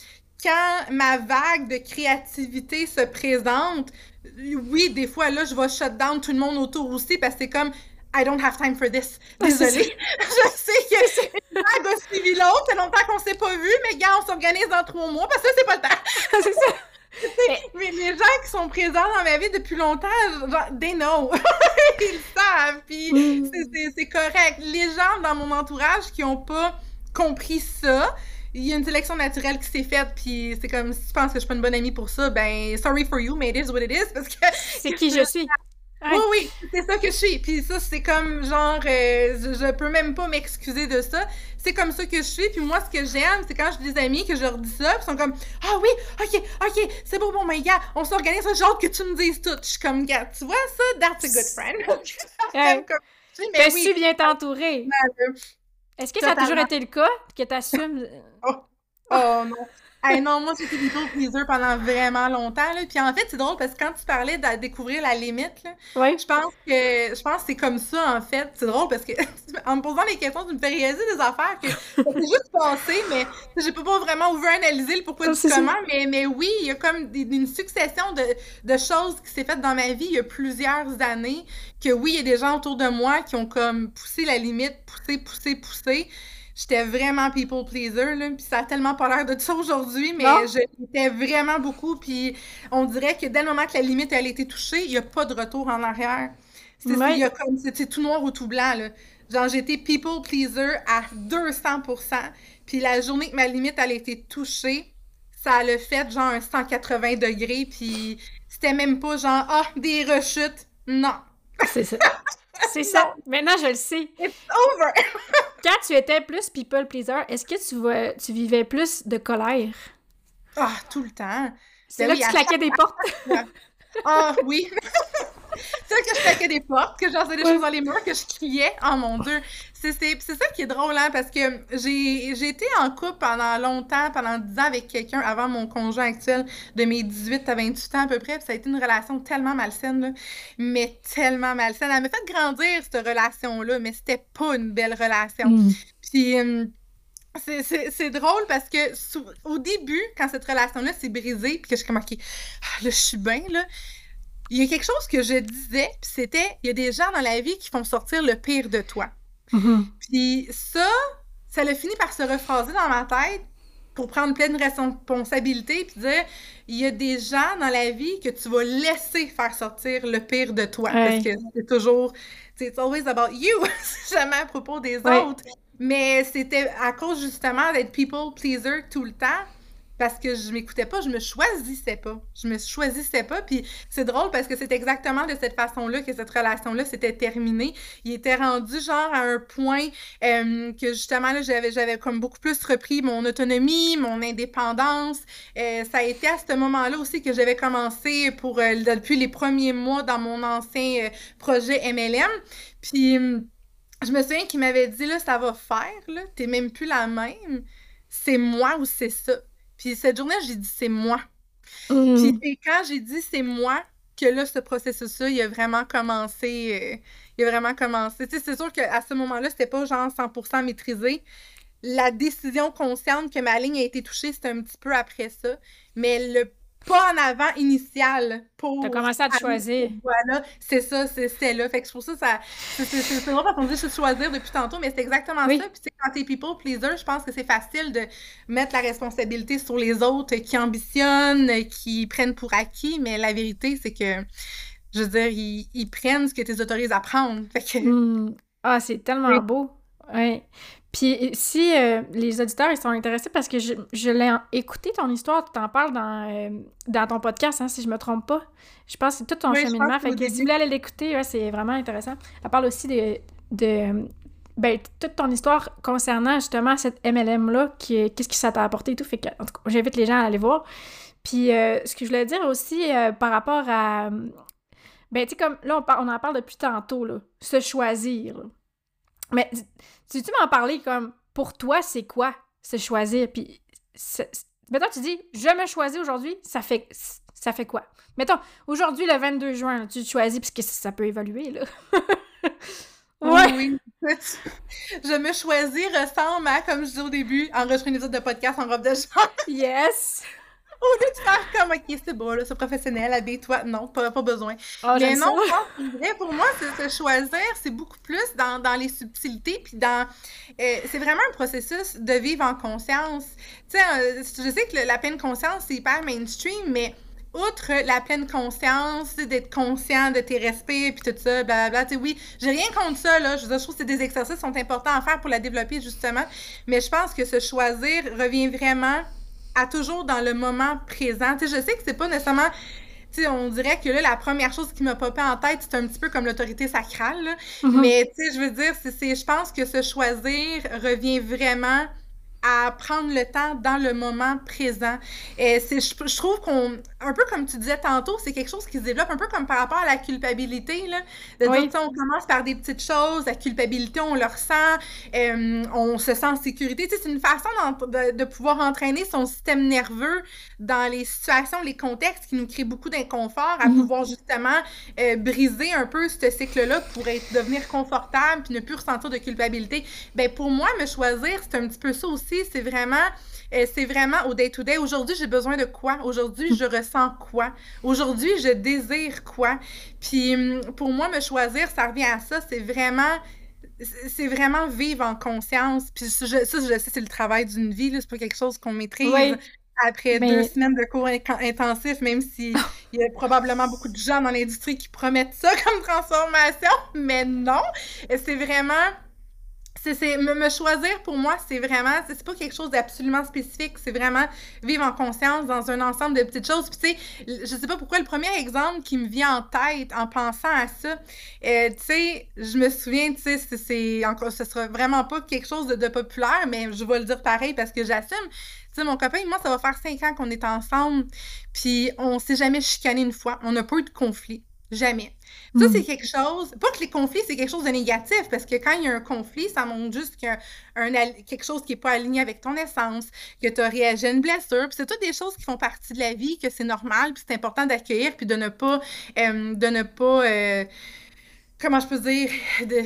quand ma vague de créativité se présente, oui, des fois, là, je vais shut down tout le monde autour aussi parce que c'est comme I don't have time for this. Désolée. Je sais que une vague a suivi l'autre. Ça fait longtemps qu'on s'est pas vu, mais gars, on s'organise dans trois mois parce que c'est pas le temps. C'est ça. Mais les gens qui sont présents dans ma vie depuis longtemps, genre, they know. Ils le savent. Puis mm. c'est correct. Les gens dans mon entourage qui ont pas compris ça, il y a une sélection naturelle qui s'est faite, puis c'est comme, si tu penses que je suis pas une bonne amie pour ça, ben, sorry for you, mais it is what it is, parce que... C'est qui je suis. Oui, oui, c'est ça que je suis. Puis ça, c'est comme, genre, euh, je, je peux même pas m'excuser de ça. C'est comme ça que je suis. Puis moi, ce que j'aime, c'est quand j'ai des amis que je leur dis ça, puis ils sont comme, « Ah oui, ok, ok, c'est beau, bon, mais gars, on s'organise, j'ai hâte que tu me dises tout. » Je suis comme, « Gars, tu vois ça? That's a good friend. » Ouais. Mais oui. Tu viens t'entourer. Est-ce que ça a toujours été le cas, que tu assumes... Oh. oh non. Hey, non, moi, j'étais people pleaser pendant vraiment longtemps, là. Puis en fait, c'est drôle parce que quand tu parlais de découvrir la limite, là, oui. je pense que je pense que c'est comme ça, en fait. C'est drôle parce que en me posant des questions, tu me fais réaliser des affaires que c'est juste passé, mais j'ai pas, pas vraiment ouvert analyser le pourquoi du comment. Mais, mais oui, il y a comme des, une succession de, de choses qui s'est faites dans ma vie il y a plusieurs années, que oui, il y a des gens autour de moi qui ont comme poussé la limite, poussé, poussé, poussé. J'étais vraiment people pleaser, là, puis ça a tellement pas l'air de ça aujourd'hui, mais non. Je l'étais vraiment beaucoup, puis on dirait que dès le moment que la limite elle a été touchée, il n'y a pas de retour en arrière. C'est ouais. comme c'est tout noir ou tout blanc, là. Genre, j'étais people pleaser à deux cents pour cent, puis la journée que ma limite elle a été touchée, ça l'a fait genre un cent quatre-vingts degrés, puis c'était même pas genre « Ah, des rechutes! » Non! C'est ça. C'est ça. Maintenant, je le sais. It's over! Quand tu étais plus people pleaser, est-ce que tu, vois, tu vivais plus de colère? Ah, oh, tout le temps. C'est là oui, que tu claquais des portes? Ah, oh, oui. C'est là que je claquais des portes, que j'en faisais des oui. choses dans les murs, que je criais. Oh mon Dieu! C'est ça qui est drôle, hein, parce que j'ai été en couple pendant longtemps, pendant dix ans avec quelqu'un avant mon conjoint actuel, de mes dix-huit à vingt-huit ans à peu près, puis ça a été une relation tellement malsaine, là, mais tellement malsaine. Elle m'a fait grandir, cette relation-là, mais c'était pas une belle relation. Mm. Puis... Euh, c'est drôle parce que sous, au début, quand cette relation-là s'est brisée, puis que je suis comme, OK, là, je suis bien, là, il y a quelque chose que je disais, puis c'était, il y a des gens dans la vie qui font sortir le pire de toi. Mm-hmm. Puis ça, ça l'a fini par se rephraser dans ma tête pour prendre pleine responsabilité, puis dire, il y a des gens dans la vie que tu vas laisser faire sortir le pire de toi, ouais. Parce que c'est toujours, it's always about you, c'est jamais à propos des ouais. autres. Mais c'était à cause justement d'être people pleaser tout le temps, parce que je m'écoutais pas, je me choisissais pas. Je me choisissais pas, puis c'est drôle parce que c'est exactement de cette façon-là que cette relation-là s'était terminée. Il était rendu genre à un point euh, que justement, là, j'avais j'avais comme beaucoup plus repris mon autonomie, mon indépendance. Euh, ça a été à ce moment-là aussi que j'avais commencé pour euh, depuis les premiers mois dans mon ancien euh, projet M L M. Puis... je me souviens qu'il m'avait dit, là, ça va faire, là, t'es même plus la même. C'est moi ou c'est ça. Puis cette journée, j'ai dit, c'est moi. Mmh. Puis et quand j'ai dit, c'est moi, que là, ce processus-là, il a vraiment commencé. Euh, il a vraiment commencé. Tu sais, c'est sûr qu'à ce moment-là, c'était pas genre cent pour cent maîtrisé. La décision consciente que ma ligne a été touchée, c'était un petit peu après ça. Mais le pas en avant initial pour... T'as commencé à te choisir. Voilà, c'est ça, c'est là. Fait que pour ça, ça c'est drôle parce qu'on dit se choisir depuis tantôt, mais c'est exactement oui. ça. Puis tu sais, quand t'es people pleaser, je pense que c'est facile de mettre la responsabilité sur les autres qui ambitionnent, qui prennent pour acquis, mais la vérité, c'est que, je veux dire, ils, ils prennent ce que tu les autorises à prendre. Fait que... Mmh. Ah, c'est tellement oui. beau. Oui. Puis si euh, les auditeurs ils sont intéressés, parce que je, je l'ai écouté ton histoire, tu t'en parles dans, euh, dans ton podcast, hein, si je me trompe pas. Je pense que c'est tout ton oui, cheminement. Fait que, que si vous voulez aller l'écouter, ouais, c'est vraiment intéressant. Elle parle aussi de, de ben, toute ton histoire concernant justement cette M L M-là, qu'est-ce que ça t'a apporté et tout. Fait que, en tout cas, j'invite les gens à aller voir. Puis euh, ce que je voulais dire aussi euh, par rapport à... Ben, tu sais, comme là, on, par, on en parle depuis tantôt, là, se choisir, là. Mais tu veux-tu m'en parler comme, pour toi, c'est quoi se choisir? Puis, mettons, tu dis, je me choisis aujourd'hui, ça fait, ça fait quoi? Mettons, aujourd'hui, le vingt-deux juin, là, tu te choisis, puisque ça peut évoluer, là. ouais. Oui, oui. Je me choisis ressemble à, comme je disais au début, enregistrer une épisode de podcast en robe de chambre. Yes! Au lieu de faire comme, ok, c'est beau, là, c'est professionnel, habille-toi. Non, pas, pas besoin. Oh, Mais non, ça. pour vrai, pour moi, c'est se choisir, c'est beaucoup plus dans, dans les subtilités, puis dans... Euh, c'est vraiment un processus de vivre en conscience. Tu sais, euh, je sais que le, la pleine conscience, c'est hyper mainstream, mais outre la pleine conscience, d'être conscient de tes respires, puis tout ça, blablabla, tu sais, oui, j'ai rien contre ça, là. Je veux dire, je trouve que c'est des exercices qui sont importants à faire pour la développer, justement. Mais je pense que se choisir revient vraiment à toujours dans le moment présent. Tu sais, je sais que c'est pas nécessairement... Tu sais, on dirait que là, la première chose qui m'a popé en tête, c'est un petit peu comme l'autorité sacrale, là. Mhm. Mais, tu sais, je veux dire, c'est, c'est, je pense que se choisir revient vraiment à prendre le temps dans le moment présent. Et c'est, je, je trouve qu'on, un peu comme tu disais tantôt, c'est quelque chose qui se développe un peu comme par rapport à la culpabilité, là. De Oui. dire, tu sais, on commence par des petites choses, la culpabilité, on le ressent, euh, on se sent en sécurité. Tu sais, c'est une façon de, de pouvoir entraîner son système nerveux dans les situations, les contextes qui nous créent beaucoup d'inconfort, à Mhm. pouvoir justement euh, briser un peu ce cycle-là pour être, devenir confortable puis ne plus ressentir de culpabilité. Ben pour moi, me choisir, c'est un petit peu ça aussi. C'est vraiment, euh, c'est vraiment au day-to-day. Aujourd'hui, j'ai besoin de quoi? Aujourd'hui, je ressens quoi? Aujourd'hui, je désire quoi? Puis pour moi, me choisir, ça revient à ça. C'est vraiment... C'est vraiment vivre en conscience. Puis je, ça, je sais, c'est le travail d'une vie. Là. C'est pas quelque chose qu'on maîtrise Oui. après Mais- deux semaines de cours in- intensifs, même s'il y a probablement beaucoup de gens dans l'industrie qui promettent ça comme transformation. Mais non, c'est vraiment... C'est, c'est, me, me choisir, pour moi, c'est vraiment... C'est, c'est pas quelque chose d'absolument spécifique. C'est vraiment vivre en conscience dans un ensemble de petites choses. Puis tu sais, je sais pas pourquoi, le premier exemple qui me vient en tête en pensant à ça, euh, tu sais, je me souviens, tu sais, c'est, c'est encore, ce sera vraiment pas quelque chose de, de populaire, mais je vais le dire pareil parce que j'assume. Tu sais, mon copain et moi, ça va faire cinq ans qu'on est ensemble, puis on s'est jamais chicané une fois. On n'a pas eu de conflit. Jamais. Ça, Mm. c'est quelque chose... Pas que les conflits, c'est quelque chose de négatif, parce que quand il y a un conflit, ça montre juste qu'il y a un, al- quelque chose qui n'est pas aligné avec ton essence, que tu as réagi à une blessure, puis c'est toutes des choses qui font partie de la vie, que c'est normal, puis c'est important d'accueillir, puis de ne pas... euh, de ne pas... euh, comment je peux dire, de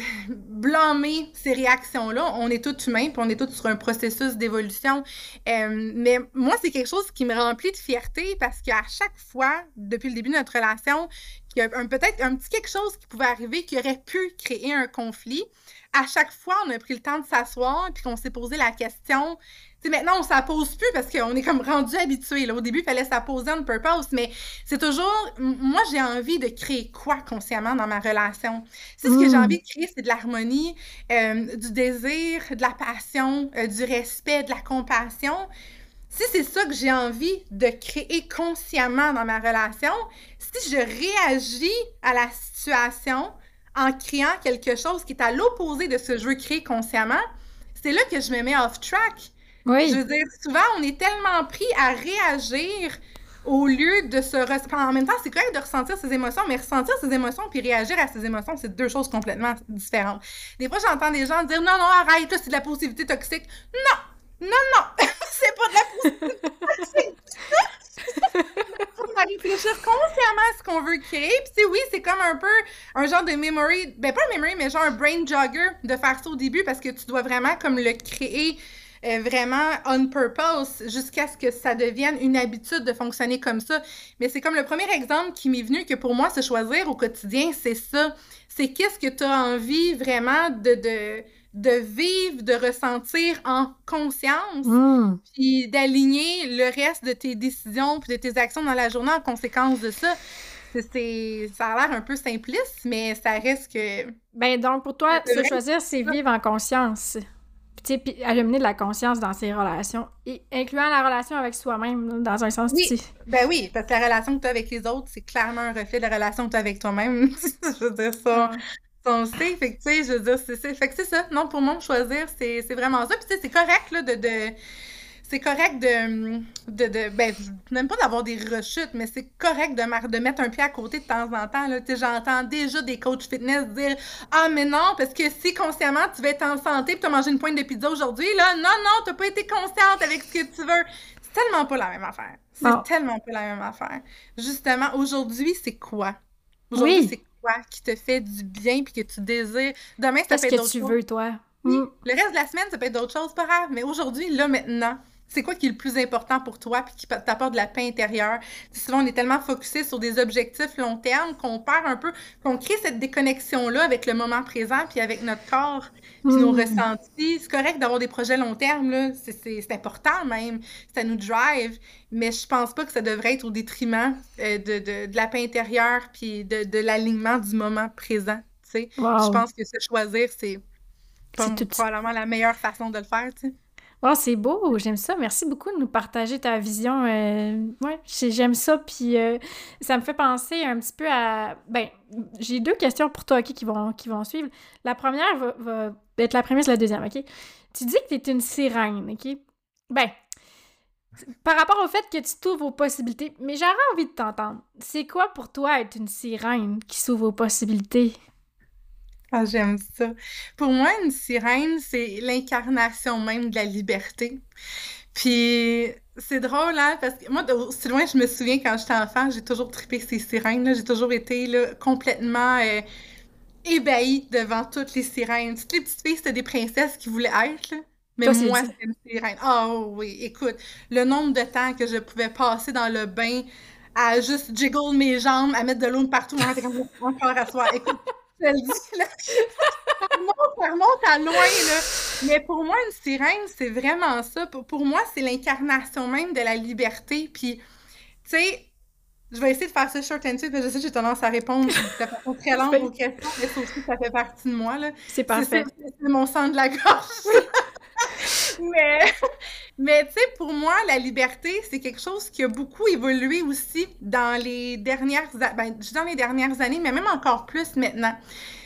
blâmer ces réactions-là. On est tous humains, puis on est tous sur un processus d'évolution. Euh, mais moi, c'est quelque chose qui me remplit de fierté parce qu'à chaque fois, depuis le début de notre relation, qu'il y a un, peut-être un petit quelque chose qui pouvait arriver qui aurait pu créer un conflit, à chaque fois, on a pris le temps de s'asseoir puis qu'on s'est posé la question. Tu sais, maintenant, on ne s'en pose plus parce qu'on est comme rendu habitué. Là. Au début, il fallait s'en poser on purpose, mais c'est toujours... Moi, j'ai envie de créer quoi consciemment dans ma relation? C'est ce que j'ai Mm. envie de créer, c'est de l'harmonie, euh, du désir, de la passion, euh, du respect, de la compassion. Si c'est ça que j'ai envie de créer consciemment dans ma relation, si je réagis à la situation en créant quelque chose qui est à l'opposé de ce que je veux créer consciemment, c'est là que je me mets off track. Oui. Je veux dire, souvent, on est tellement pris à réagir au lieu de se... Res... En même temps, c'est correct de ressentir ses émotions, mais ressentir ses émotions puis réagir à ses émotions, c'est deux choses complètement différentes. Des fois, j'entends des gens dire « Non, non, arrête, là, c'est de la positivité toxique. » Non! Non, non! C'est pas de la positivité toxique! On va réfléchir consciemment à ce qu'on veut créer. Puis, tu sais, oui, c'est comme un peu un genre de memory... Ben, pas un memory, mais genre un brain jogger de faire ça au début parce que tu dois vraiment comme le créer... Euh, vraiment on purpose jusqu'à ce que ça devienne une habitude de fonctionner comme ça. Mais c'est comme le premier exemple qui m'est venu que pour moi, se choisir au quotidien, c'est ça. C'est qu'est-ce que tu as envie vraiment de, de, de vivre, de ressentir en conscience, Mm. puis d'aligner le reste de tes décisions puis de tes actions dans la journée en conséquence de ça. C'est, c'est, ça a l'air un peu simpliste, mais ça reste que... Ben donc, pour toi, C'est se vrai, choisir, c'est ça. vivre en conscience. Puis, tu sais, puis allumer de la conscience dans ses relations, et incluant la relation avec soi-même, là, dans un sens, Oui. tu sais. Ben oui, parce que la relation que tu as avec les autres, c'est clairement un reflet de la relation que tu as avec toi-même. Je veux dire, ça, Ouais. ça on le sait. Fait que, tu sais, je veux dire, c'est, c'est, fait que c'est ça. Non, pour moi, choisir, c'est, c'est vraiment ça. Puis, tu sais, c'est correct, là, de... de c'est correct de, de, de... Ben, même pas d'avoir des rechutes, mais c'est correct de, mar- de mettre un pied à côté de temps en temps, là. Tu sais, j'entends déjà des coachs fitness dire « Ah, mais non, parce que si consciemment, tu vas être en santé et tu as mangé une pointe de pizza aujourd'hui, là, non, non, t'as pas été consciente avec ce que tu veux. » C'est tellement pas la même affaire. C'est Bon. tellement pas la même affaire. Justement, aujourd'hui, c'est quoi? Aujourd'hui, Oui. c'est quoi toi, qui te fait du bien puis que tu désires. Demain, ça Qu'est-ce peut être que d'autres tu choses. veux, toi? Oui, Mm. le reste de la semaine, ça peut être d'autres choses, pas grave. Mais aujourd'hui, là, maintenant, c'est quoi qui est le plus important pour toi puis qui t'apporte de la paix intérieure? Tu sais, souvent, on est tellement focusé sur des objectifs long terme qu'on perd un peu, qu'on crée cette déconnexion-là avec le moment présent puis avec notre corps puis nos Mm. ressentis. C'est correct d'avoir des projets long terme, là. C'est, c'est, c'est important même. Ça nous drive. Mais je pense pas que ça devrait être au détriment euh, de, de, de la paix intérieure puis de, de l'alignement du moment présent, tu sais. Je Wow. pense que se choisir, c'est C'est pas tout. probablement la meilleure façon de le faire, tu sais. Wow, c'est beau, j'aime ça. Merci beaucoup de nous partager ta vision. Euh, ouais, j'ai- j'aime ça. Puis euh, ça me fait penser un petit peu à. Ben, j'ai deux questions pour toi, OK, qui vont, qui vont suivre. La première va, va être la première, c'est la deuxième, OK? Tu dis que tu es une sirène, OK? Ben, par rapport au fait que tu t'ouvres aux possibilités, mais j'aurais envie de t'entendre. C'est quoi pour toi être une sirène qui s'ouvre aux possibilités? Ah, j'aime ça. Pour moi, une sirène, c'est l'incarnation même de la liberté. Puis c'est drôle, hein, parce que moi, aussi loin je me souviens quand j'étais enfant, j'ai toujours trippé ces sirènes, là. J'ai toujours été là, complètement euh, ébahie devant toutes les sirènes. Toutes les petites filles, c'était des princesses qui voulaient être, là. Mais Toi, c'est moi, ça. c'était une sirène. Ah oh, oui, écoute, le nombre de temps que je pouvais passer dans le bain à juste jiggle mes jambes, à mettre de l'eau partout, moi, j'étais comme encore à soi. Écoute, je te le dis, là, ça remonte, ça remonte à loin, là. Mais pour moi, une sirène, c'est vraiment ça. Pour, pour moi, c'est l'incarnation même de la liberté. Puis, tu sais, je vais essayer de faire ça short and sweet, parce que je sais que j'ai tendance à répondre de façon très longue aux questions, mais ça aussi, ça fait partie de moi, là. C'est C'est c'est- parfait. c'est mon sang de la gorge. Mais, mais tu sais, pour moi, la liberté, c'est quelque chose qui a beaucoup évolué aussi dans les dernières, a- ben, je dis dans les dernières années, mais même encore plus maintenant.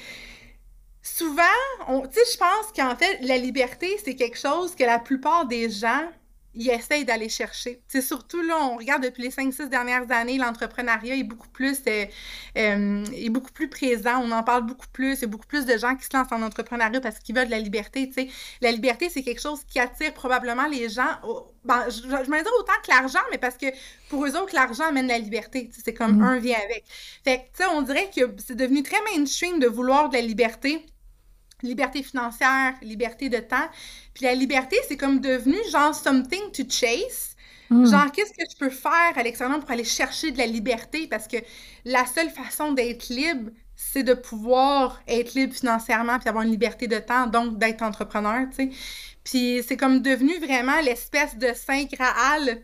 Souvent, on, tu sais, je pense qu'en fait, la liberté, c'est quelque chose que la plupart des gens, ils essayent d'aller chercher. C'est surtout là, on regarde depuis les cinq six dernières années, l'entrepreneuriat est beaucoup plus euh, euh, est beaucoup plus présent, on en parle beaucoup plus, il y a beaucoup plus de gens qui se lancent en entrepreneuriat parce qu'ils veulent de la liberté, tu sais. La liberté, c'est quelque chose qui attire probablement les gens, au- ben, je, je me dire autant que l'argent, mais parce que pour eux autres, l'argent amène la liberté, tu sais, c'est comme Mm. un vient avec. Fait que, tu sais, on dirait que c'est devenu très mainstream de vouloir de la liberté. Liberté financière, liberté de temps. Puis la liberté, c'est comme devenu genre something to chase. Mm. Genre, qu'est-ce que je peux faire à l'extérieur pour aller chercher de la liberté? Parce que la seule façon d'être libre, c'est de pouvoir être libre financièrement puis avoir une liberté de temps, donc d'être entrepreneur, tu sais. Puis c'est comme devenu vraiment l'espèce de saint Graal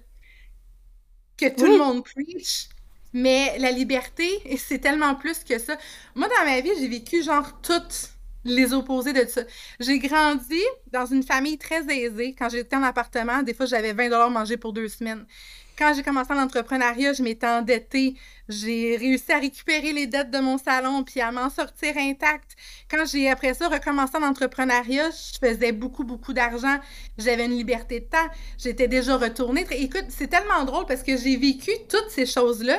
que tout le Oui. monde preach. Mais la liberté, c'est tellement plus que ça. Moi, dans ma vie, j'ai vécu genre toutes les opposés de ça. J'ai grandi dans une famille très aisée. Quand j'étais en appartement, des fois, j'avais vingt dollars mangés pour deux semaines. Quand j'ai commencé en entrepreneuriat, je m'étais endettée. J'ai réussi à récupérer les dettes de mon salon puis à m'en sortir intacte. Quand j'ai, après ça, recommencé en entrepreneuriat, je faisais beaucoup, beaucoup d'argent. J'avais une liberté de temps. J'étais déjà retournée. Écoute, c'est tellement drôle parce que j'ai vécu toutes ces choses-là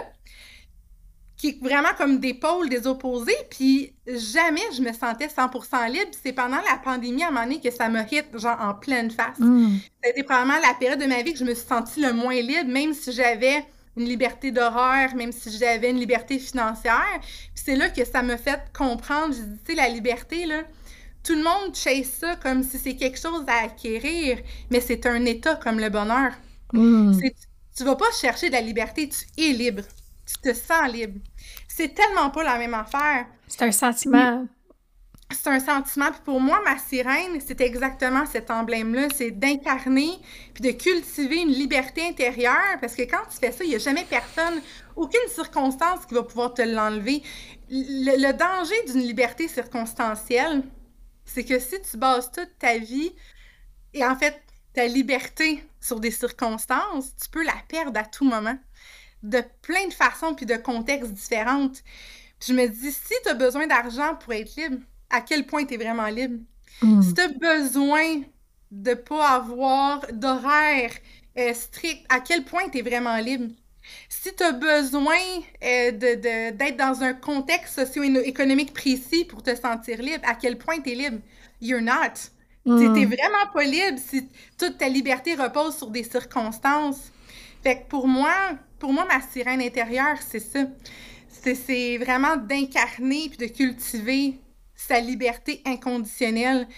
qui est vraiment comme des pôles, des opposés, puis jamais je me sentais cent pour cent libre. C'est pendant la pandémie, à un moment donné, que ça m'a hit, genre, en pleine face. Mm. Ça a été probablement la période de ma vie que je me suis sentie le moins libre, même si j'avais une liberté d'horaire, même si j'avais une liberté financière. Puis c'est là que ça m'a fait comprendre, j'ai dit, tu sais, la liberté, là, tout le monde chase ça comme si c'est quelque chose à acquérir, mais c'est un état comme le bonheur. Mm. C'est, tu vas pas chercher de la liberté, tu es libre. Tu te sens libre. C'est tellement pas la même affaire. C'est un sentiment. C'est un sentiment. Puis pour moi, ma sirène, c'est exactement cet emblème-là. C'est d'incarner puis de cultiver une liberté intérieure. Parce que quand tu fais ça, il n'y a jamais personne, aucune circonstance qui va pouvoir te l'enlever. Le, le danger d'une liberté circonstancielle, c'est que si tu bases toute ta vie et en fait ta liberté sur des circonstances, tu peux la perdre à tout moment. De plein de façons puis de contextes différentes. Puis je me dis, si tu as besoin d'argent pour être libre, à quel point tu es vraiment libre? Mm. Si tu as besoin de pas avoir d'horaire euh, strict, à quel point tu es vraiment libre? Si tu as besoin euh, de, de, d'être dans un contexte socio-économique précis pour te sentir libre, à quel point tu es libre? You're not. Mm. Tu n'es vraiment pas libre si toute ta liberté repose sur des circonstances. Fait que pour moi, pour moi, ma sirène intérieure, c'est ça. c'est, c'est vraiment d'incarner puis de cultiver sa liberté inconditionnelle.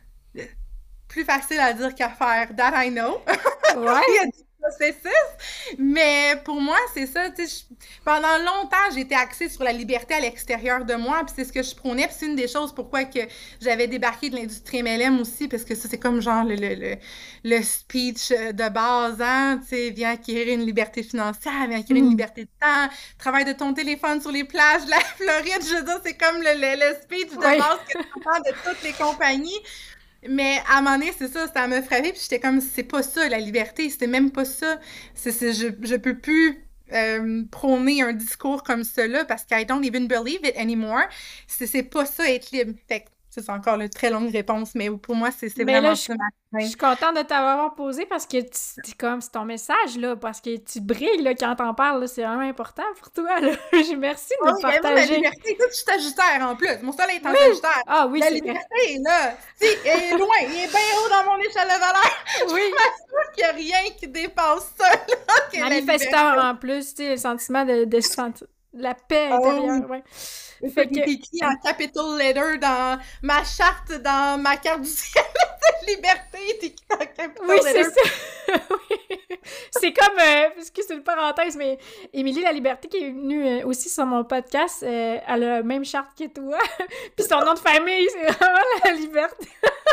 Plus facile à dire qu'à faire, that I know. Ouais. Il y a du processus, mais pour moi, c'est ça, tu sais, je- pendant longtemps, j'ai été axée sur la liberté à l'extérieur de moi, puis c'est ce que je prônais, puis c'est une des choses pourquoi que j'avais débarqué de l'industrie M L M aussi, parce que ça, c'est comme genre le, le, le, le speech de base, hein, tu sais, viens acquérir une liberté financière, viens acquérir une Mm. liberté de temps, travaille de ton téléphone sur les plages de la Floride, je veux dire, c'est comme le, le, le speech de Ouais. base que tu entends de toutes les compagnies. Mais à un moment donné, c'est ça, ça m'a frappé, puis j'étais comme, c'est pas ça, la liberté, c'était même pas ça. C'est, c'est, je, je peux plus euh, prôner un discours comme ça-là, parce que I don't even believe it anymore. C'est, c'est pas ça, être libre. Fait que, ça, c'est encore une très longue réponse, mais pour moi, c'est, c'est Mais là, vraiment je, ça ma je fin. suis contente de t'avoir posé parce que tu- c'est comme, c'est ton message, là, parce que tu brilles, là, quand t'en parles, là, c'est vraiment important pour toi, là. Merci de Oh, le oui, mais moi, la partager. liberté, écoute, je suis sagittaire en plus. Mon soleil est en Oui! sagittaire. Ah oui, La c'est vrai. liberté, là, si, elle est loin, il est bien haut dans mon échelle de valeur. Oui! Je m'assure qu'il n'y a rien qui dépasse ça, là, que la liberté. Manifesteur en plus, tu sais, le sentiment de, de sentir la paix Ah oui. intérieure, ouais. Écoute, Fait il est que, écrit en capital letter dans ma charte, dans ma carte du ciel de liberté, est écrit en capital oui, c'est letter. ça! Oui. C'est comme, euh, excuse, c'est une parenthèse, mais Émilie La Liberté qui est venue euh, aussi sur mon podcast, euh, elle a la même charte que toi. Puis son nom de famille, c'est vraiment La Liberté.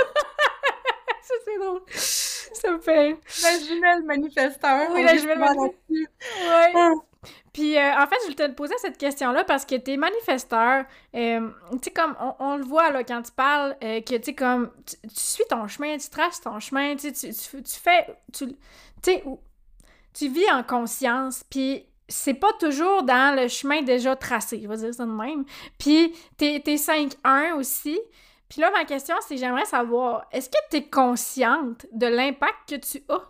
Ça, c'est drôle. Ça me fait... La jumelle manifesteur. Oui, on la rit jumelle souvent manifesteur. là-dessus. Ouais. Ah. Puis, euh, en fait, je voulais te poser cette question-là parce que t'es manifesteur. Euh, tu sais, comme, on, on le voit, là, quand tu parles, euh, que, tu sais, comme, tu, tu suis ton chemin, tu traces ton chemin, tu, tu, tu, tu fais, tu sais, tu vis en conscience, puis c'est pas toujours dans le chemin déjà tracé, je vais dire ça de même. Puis, t'es, t'es cinq un aussi. Puis là, ma question, c'est, j'aimerais savoir, est-ce que t'es consciente de l'impact que tu as?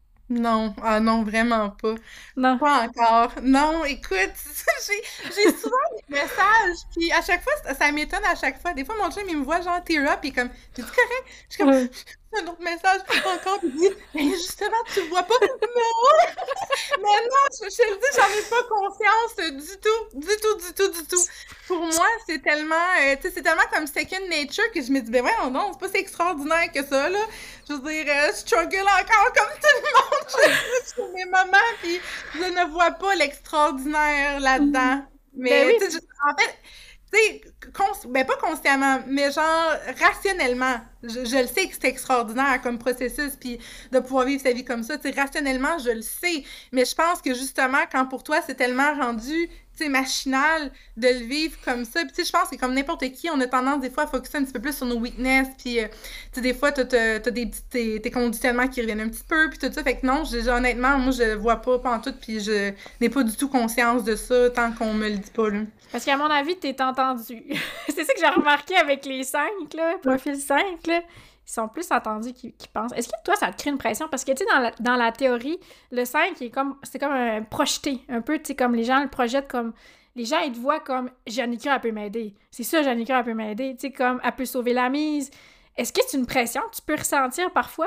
Non, ah non, vraiment pas. Non. Pas encore. Non, écoute, j'ai, j'ai souvent des messages, puis à chaque fois, ça, ça m'étonne à chaque fois. Des fois, mon chum, il me voit genre tear up, puis comme, t'es-tu correct? Je suis comme, Ouais. un autre message encore, puis il dit, mais justement, tu le vois pas? Non! Mais non, je, je te le dis, j'en ai pas confiance du tout, du tout, du tout, du tout. Pour moi, c'est tellement, euh, tu sais, c'est tellement comme second nature que je me dis, ben ouais, non, c'est pas si extraordinaire que ça, là. Je veux dire, euh, je struggle encore comme tout le monde. Je suis sur mes moments, puis je ne vois pas l'extraordinaire là-dedans. Mais, Ben oui. tu sais, je- en fait, tu sais, cons- ben pas consciemment, mais genre rationnellement, je, je le sais que c'est extraordinaire comme processus, puis de pouvoir vivre sa vie comme ça, tu sais, rationnellement, je le sais, mais je pense que justement, quand pour toi, c'est tellement rendu, tu sais, machinal de le vivre comme ça, puis tu sais, je pense que comme n'importe qui, on a tendance des fois à focuser un petit peu plus sur nos weaknesses, puis euh, tu sais, des fois, t'as, t'as, t'as des petits, tes, tes conditionnements qui reviennent un petit peu, puis tout ça, fait que non, je, je- honnêtement, moi, je vois pas, pas en tout, puis je n'ai pas du tout conscience de ça tant qu'on me le dit pas, là. Parce qu'à mon avis, t'es entendu. C'est ça que j'ai remarqué avec les cinq, là, profil cinq, là. Ils sont plus entendus qu'ils qu'ils pensent. Est-ce que toi, ça te crée une pression? Parce que, tu sais, dans la, dans la théorie, le cinq, est comme, c'est comme un projeté. Un peu, tu sais, comme les gens le projettent comme... Les gens, ils te voient comme « Janica, elle peut m'aider. » C'est ça, Janica, elle peut m'aider. Tu sais, comme « Elle peut sauver la mise. » Est-ce que c'est une pression que tu peux ressentir parfois?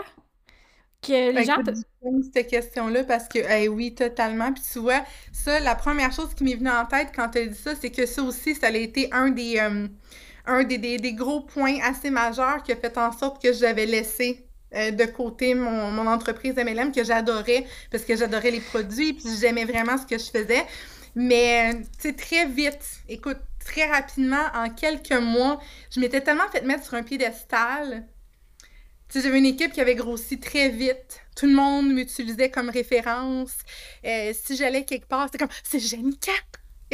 Que les Ben, gens écoute, te... j'aime cette question-là parce que, eh oui, totalement. Puis tu vois, ça, la première chose qui m'est venue en tête quand tu as dit ça, c'est que ça aussi, ça a été un des, euh, un des, des, des gros points assez majeurs qui a fait en sorte que j'avais laissé euh, de côté mon, mon entreprise M L M que j'adorais parce que j'adorais les produits puis j'aimais vraiment ce que je faisais. Mais, euh, tu sais, très vite, écoute, très rapidement, en quelques mois, je m'étais tellement fait mettre sur un piédestal. Tu sais, j'avais une équipe qui avait grossi très vite. Tout le monde m'utilisait comme référence. Euh, si j'allais quelque part, c'était comme « C'est Janica! Écoute! »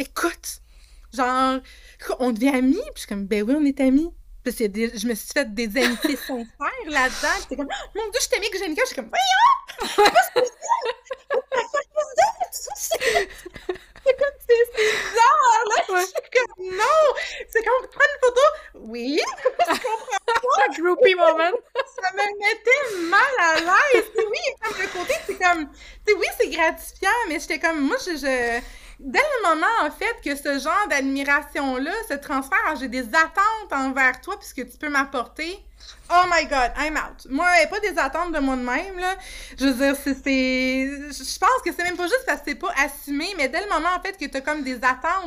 Genre, on devient amis. Puis je suis comme « Ben oui, on est amis. » Puis c'est des- je me suis fait des amitiés sincères là-dedans. Puis c'était comme « Mon Dieu, je t'aimais que Janica! » Je suis comme « Voyons! C'est comme, c'est c'est bizarre, là! Ouais. Je suis comme « Non! » C'est comme « Prends une photo! » Oui! Je comprends. Groupie moment. Ça me mettait mal à l'aise. Puis oui, comme le côté, c'est comme, tu sais, oui, c'est gratifiant, mais j'étais comme, moi, je, je- dès le moment, en fait, que ce genre d'admiration-là se transfère en j'ai des attentes envers toi, puisque tu peux m'apporter, oh my God, I'm out. Moi, il n'y a pas des attentes de moi de même, là. Je veux dire, c'est, c'est, je pense que c'est même pas juste parce que c'est pas assumé, mais dès le moment, en fait, que tu as comme des attentes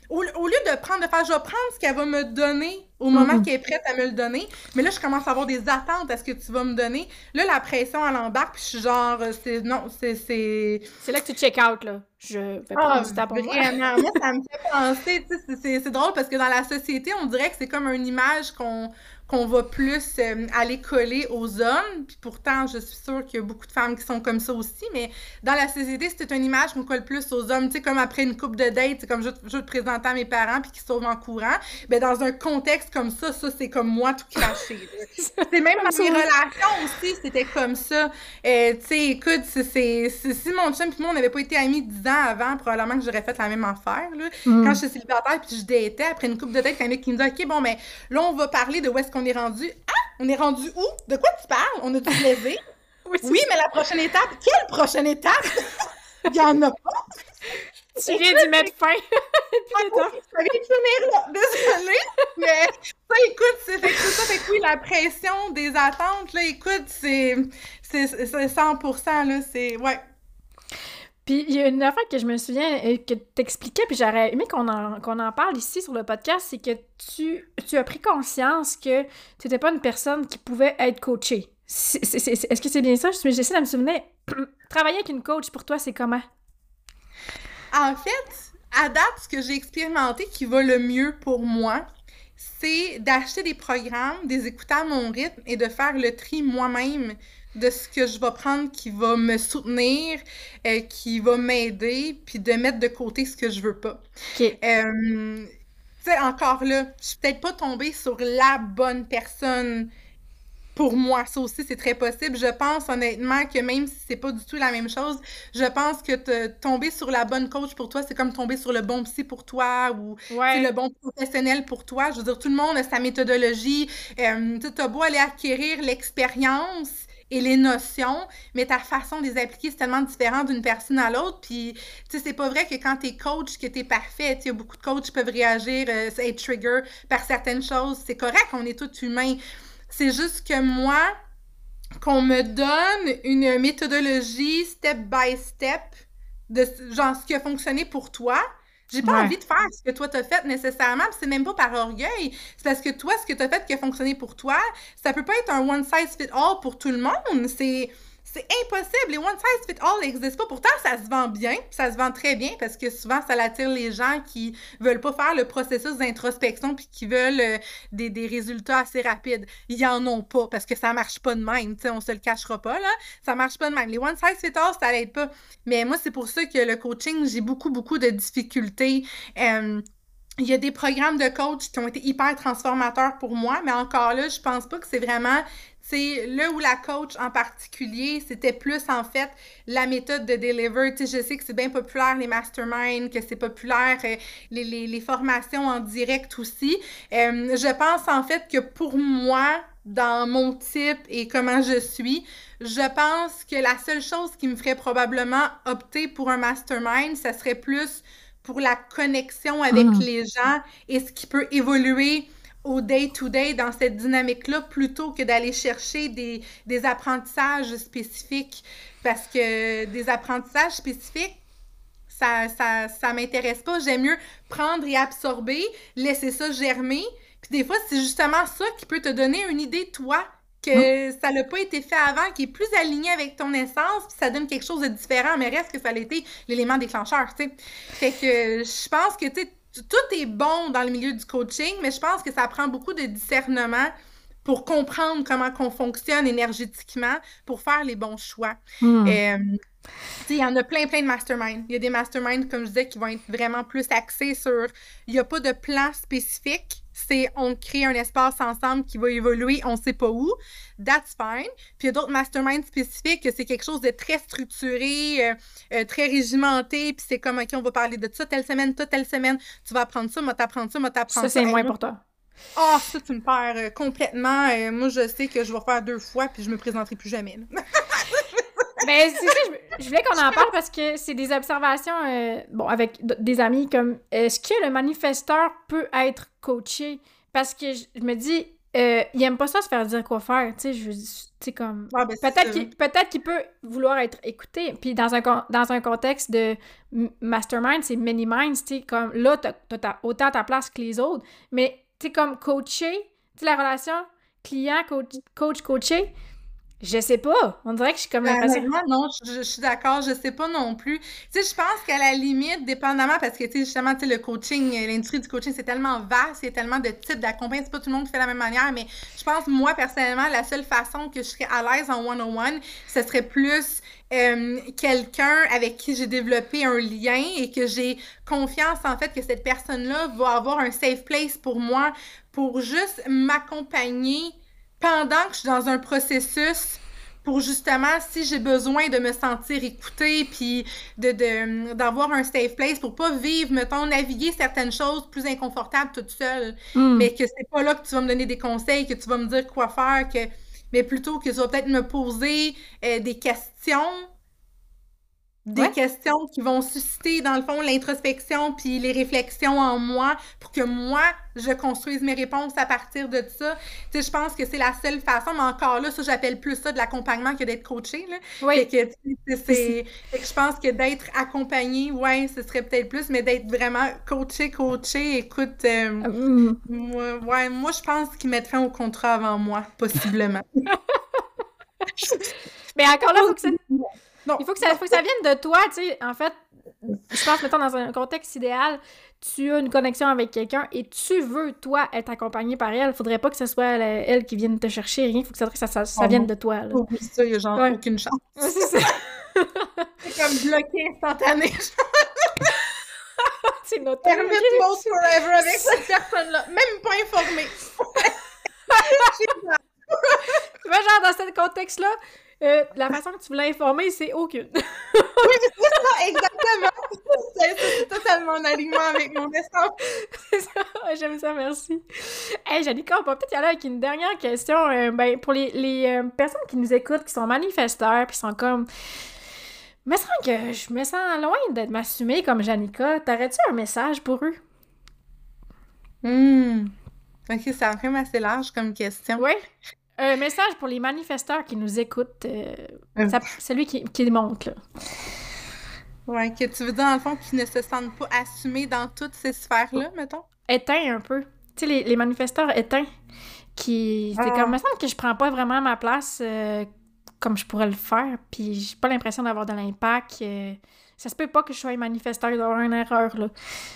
Au, au lieu de prendre, de faire, je vais prendre ce qu'elle va me donner au moment Mhm. qu'elle est prête à me le donner, mais là, je commence à avoir des attentes à ce que tu vas me donner. Là, la pression, elle embarque, puis je suis genre, euh, c'est, non, c'est, c'est... C'est là que tu check out, là. Je vais prendre Ah, du temps pour moi. vraiment. Moi, ça me fait penser, tu sais, c'est c'est- c'est drôle parce que dans la société, on dirait que c'est comme une image qu'on qu'on va plus euh, aller coller aux hommes. Puis pourtant, je suis sûre qu'il y a beaucoup de femmes qui sont comme ça aussi. Mais dans la société, c'est une image qu'on colle plus aux hommes. Tu sais, comme après une couple de dates, c'est comme je, je te présenter à mes parents puis qu'ils sauvent en courant. Ben, dans un contexte comme ça, ça, c'est comme moi tout craché. là. C'est même dans mes relations aussi, c'était comme ça. Euh, tu sais, écoute, c'est, c'est, c'est- si mon chum puis moi, on n'avait pas été amis dix ans avant, probablement que j'aurais fait la même affaire, là. Mm. Quand j'étais célibataire puis je datais, après une couple de dates, il y en a qui me disent, OK, bon, ben, là, on va parler de où est-ce qu'on est rendu. Ah! On est rendu où? De quoi tu parles? On a du plaisir? Oui, c'est Oui, ça. mais la prochaine étape, quelle prochaine étape? Il y en a pas. Tu viens d'y mettre fin. Depuis le temps. Ça vient de finir là. Désolée. Mais ça, écoute, c'est fait que c'est ça. Fait que oui, la pression des attentes, là, écoute, c'est, c'est, c'est cent pour cent, là, c'est, ouais. Puis il y a une affaire que je me souviens euh, que t'expliquais, puis j'aurais aimé qu'on en, qu'on en parle ici sur le podcast, c'est que tu, tu as pris conscience que tu n'étais pas une personne qui pouvait être coachée. C'est- c'est- c'est- Est-ce que c'est bien ça? Je- J'essaie de me souvenir. Travailler avec une coach, pour toi, c'est comment? En fait, à date, ce que j'ai expérimenté qui va le mieux pour moi, c'est d'acheter des programmes, des écouter à mon rythme et de faire le tri moi-même de ce que je vais prendre qui va me soutenir, euh, qui va m'aider, puis de mettre de côté ce que je veux pas. OK. Euh, tu sais, encore là, je suis peut-être pas tombée sur la bonne personne pour moi. Ça aussi, c'est très possible. Je pense honnêtement que même si c'est pas du tout la même chose, je pense que te, tomber sur la bonne coach pour toi, c'est comme tomber sur le bon psy pour toi ou c'est Ouais. le bon professionnel pour toi. Je veux dire, tout le monde a sa méthodologie. Euh, tu as beau aller acquérir l'expérience et les notions, mais ta façon de les appliquer, c'est tellement différent d'une personne à l'autre. Puis, tu sais, c'est pas vrai que quand t'es coach, que t'es parfait. Il y a beaucoup de coachs qui peuvent réagir, euh, être trigger par certaines choses. C'est correct, on est tous humains. C'est juste que moi, qu'on me donne une méthodologie step by step de genre ce qui a fonctionné pour toi, j'ai pas Ouais. envie de faire ce que toi t'as fait nécessairement, puis c'est même pas par orgueil, c'est parce que toi, ce que t'as fait qui a fonctionné pour toi, ça peut pas être un one size fit all pour tout le monde, c'est c'est impossible, les one size fit all n'existent pas, pourtant ça se vend bien, puis ça se vend très bien, parce que souvent ça attire les gens qui veulent pas faire le processus d'introspection puis qui veulent euh, des, des résultats assez rapides. Ils en ont pas, parce que ça marche pas de même, tu sais, on se le cachera pas, là, ça marche pas de même. Les one size fit all, ça l'aide pas. Mais moi, c'est pour ça que le coaching, j'ai beaucoup, beaucoup de difficultés. Euh, il y a des programmes de coach qui ont été hyper transformateurs pour moi, mais encore là, je pense pas que c'est vraiment, tu sais, là où la coach en particulier, c'était plus en fait la méthode de deliver. Tu sais, je sais que c'est bien populaire les masterminds, que c'est populaire euh, les, les, les formations en direct aussi. Euh, je pense en fait que pour moi, dans mon type et comment je suis, je pense que la seule chose qui me ferait probablement opter pour un mastermind, ça serait plus pour la connexion avec Mm. les gens et ce qui peut évoluer au day-to-day dans cette dynamique-là plutôt que d'aller chercher des, des apprentissages spécifiques. Parce que des apprentissages spécifiques, ça, ça, ça m'intéresse pas. J'aime mieux prendre et absorber, laisser ça germer. Puis des fois, c'est justement ça qui peut te donner une idée, toi, que ça n'a pas été fait avant, qui est plus aligné avec ton essence, puis ça donne quelque chose de différent, mais reste que ça a été l'élément déclencheur, tu sais. Fait que je pense que, tu sais, tout est bon dans le milieu du coaching, mais je pense que ça prend beaucoup de discernement pour comprendre comment qu'on fonctionne énergétiquement, pour faire les bons choix. Mm. Euh, tu sais, il y en a plein, plein de masterminds. Il y a des masterminds, comme je disais, qui vont être vraiment plus axés sur... Il n'y a pas de plan spécifique. C'est on crée un espace ensemble qui va évoluer, on sait pas où. That's fine. Puis il y a d'autres masterminds spécifiques que c'est quelque chose de très structuré, euh, euh, très régimenté, puis c'est comme, OK, on va parler de ça telle semaine, toi telle semaine, tu vas apprendre ça, moi t'apprendre ça, moi t'apprendre Ça, ça. c'est Hey, moins moi, pour toi. Ah, ça, tu me perds euh, complètement. Euh, moi, je sais que je vais faire deux fois, puis je me présenterai plus jamais. là. Ben, c'est ça, je, je voulais qu'on en parle parce que c'est des observations, euh, bon, avec d- des amis, comme, est-ce que le manifesteur peut être coaché? Parce que je, je me dis, euh, il aime pas ça se faire dire quoi faire, tu sais, je veux dire, tu sais, comme... Ah, ben, c'est Peut-être ça. qu'il peut-être qu'il peut vouloir être écouté, puis dans un, con- dans un contexte de m- mastermind, c'est many minds, tu sais, comme là, t'as, t'as ta- autant ta place que les autres, mais tu sais, comme coacher, tu sais, la relation client, coach, coach, coaché, je sais pas, on dirait que je suis comme Ben, l'impression... honnêtement, non, je, je suis d'accord, je sais pas non plus. Tu sais, je pense qu'à la limite, dépendamment, parce que, tu sais, justement, tu sais, le coaching, euh, l'industrie du coaching, c'est tellement vaste, il y a tellement de types d'accompagnement, c'est pas tout le monde qui fait de la même manière, mais je pense, moi, personnellement, la seule façon que je serais à l'aise en one-on-one, ce serait plus euh, quelqu'un avec qui j'ai développé un lien et que j'ai confiance, en fait, que cette personne-là va avoir un safe place pour moi, pour juste m'accompagner pendant que je suis dans un processus pour justement, si j'ai besoin de me sentir écoutée, puis de, de, d'avoir un safe place pour pas vivre, mettons, naviguer certaines choses plus inconfortables toute seule, Hmm. mais que c'est pas là que tu vas me donner des conseils, que tu vas me dire quoi faire, que, mais plutôt que tu vas peut-être me poser euh, des questions, des Ouais. questions qui vont susciter, dans le fond, l'introspection puis les réflexions en moi pour que moi, je construise mes réponses à partir de ça. Tu sais, je pense que c'est la seule façon, mais encore là, ça, j'appelle plus ça de l'accompagnement que d'être coaché, là. Fait Oui. que, tu sais, c'est... Fait que je pense que d'être accompagné, ouais, ce serait peut-être plus, mais d'être vraiment coaché, coaché, écoute, euh, Hmm. moi, ouais, moi, je pense qu'ils mettent fin au contrat avant moi, possiblement. Mais encore là, il faut que ça... Non, Il faut que ça, faut que ça vienne de toi, tu sais. En fait, je pense, mettons, dans un contexte idéal, tu as une connexion avec quelqu'un et tu veux, toi, être accompagné par elle. Faudrait pas que ce soit elle, elle qui vienne te chercher, rien. Faut que ça, ça, ça, ça oh vienne non. de toi, là. Oublie ça, il y a genre Ouais. aucune chance. Ouais, c'est ça. C'est comme bloqué instantané. C'est noté. Permit ok. mode forever avec cette personne-là. Même pas informée. Tu vois, genre, dans ce contexte-là, euh, la façon que tu voulais informer, c'est aucune. Oui, c'est ça, exactement. C'est, c'est totalement en alignement avec mon essence. C'est ça. J'aime ça, merci. Hey, Janica, on peut peut-être y aller avec une dernière question. Euh, ben, pour les, les euh, personnes qui nous écoutent, qui sont manifesteurs, puis sont comme... Me sens que je me sens loin d'être m'assumer comme Janica. T'aurais-tu un message pour eux? Hmm. Ok, c'est quand même assez large comme question. Oui. Un message pour les manifesteurs qui nous écoutent. Euh, Euh. ça- celui qui, qui monte, là. Ouais, que tu veux dire, dans le fond, qu'ils ne se sentent pas assumés dans toutes ces sphères-là, mettons? Éteint un peu. Tu sais, les, les manifesteurs éteints. Qui. C'est Ah. comme, il me semble que je prends pas vraiment ma place euh, comme je pourrais le faire. Puis j'ai pas l'impression d'avoir de l'impact. euh, ça se peut pas que je sois un manifesteur d'avoir une erreur, là.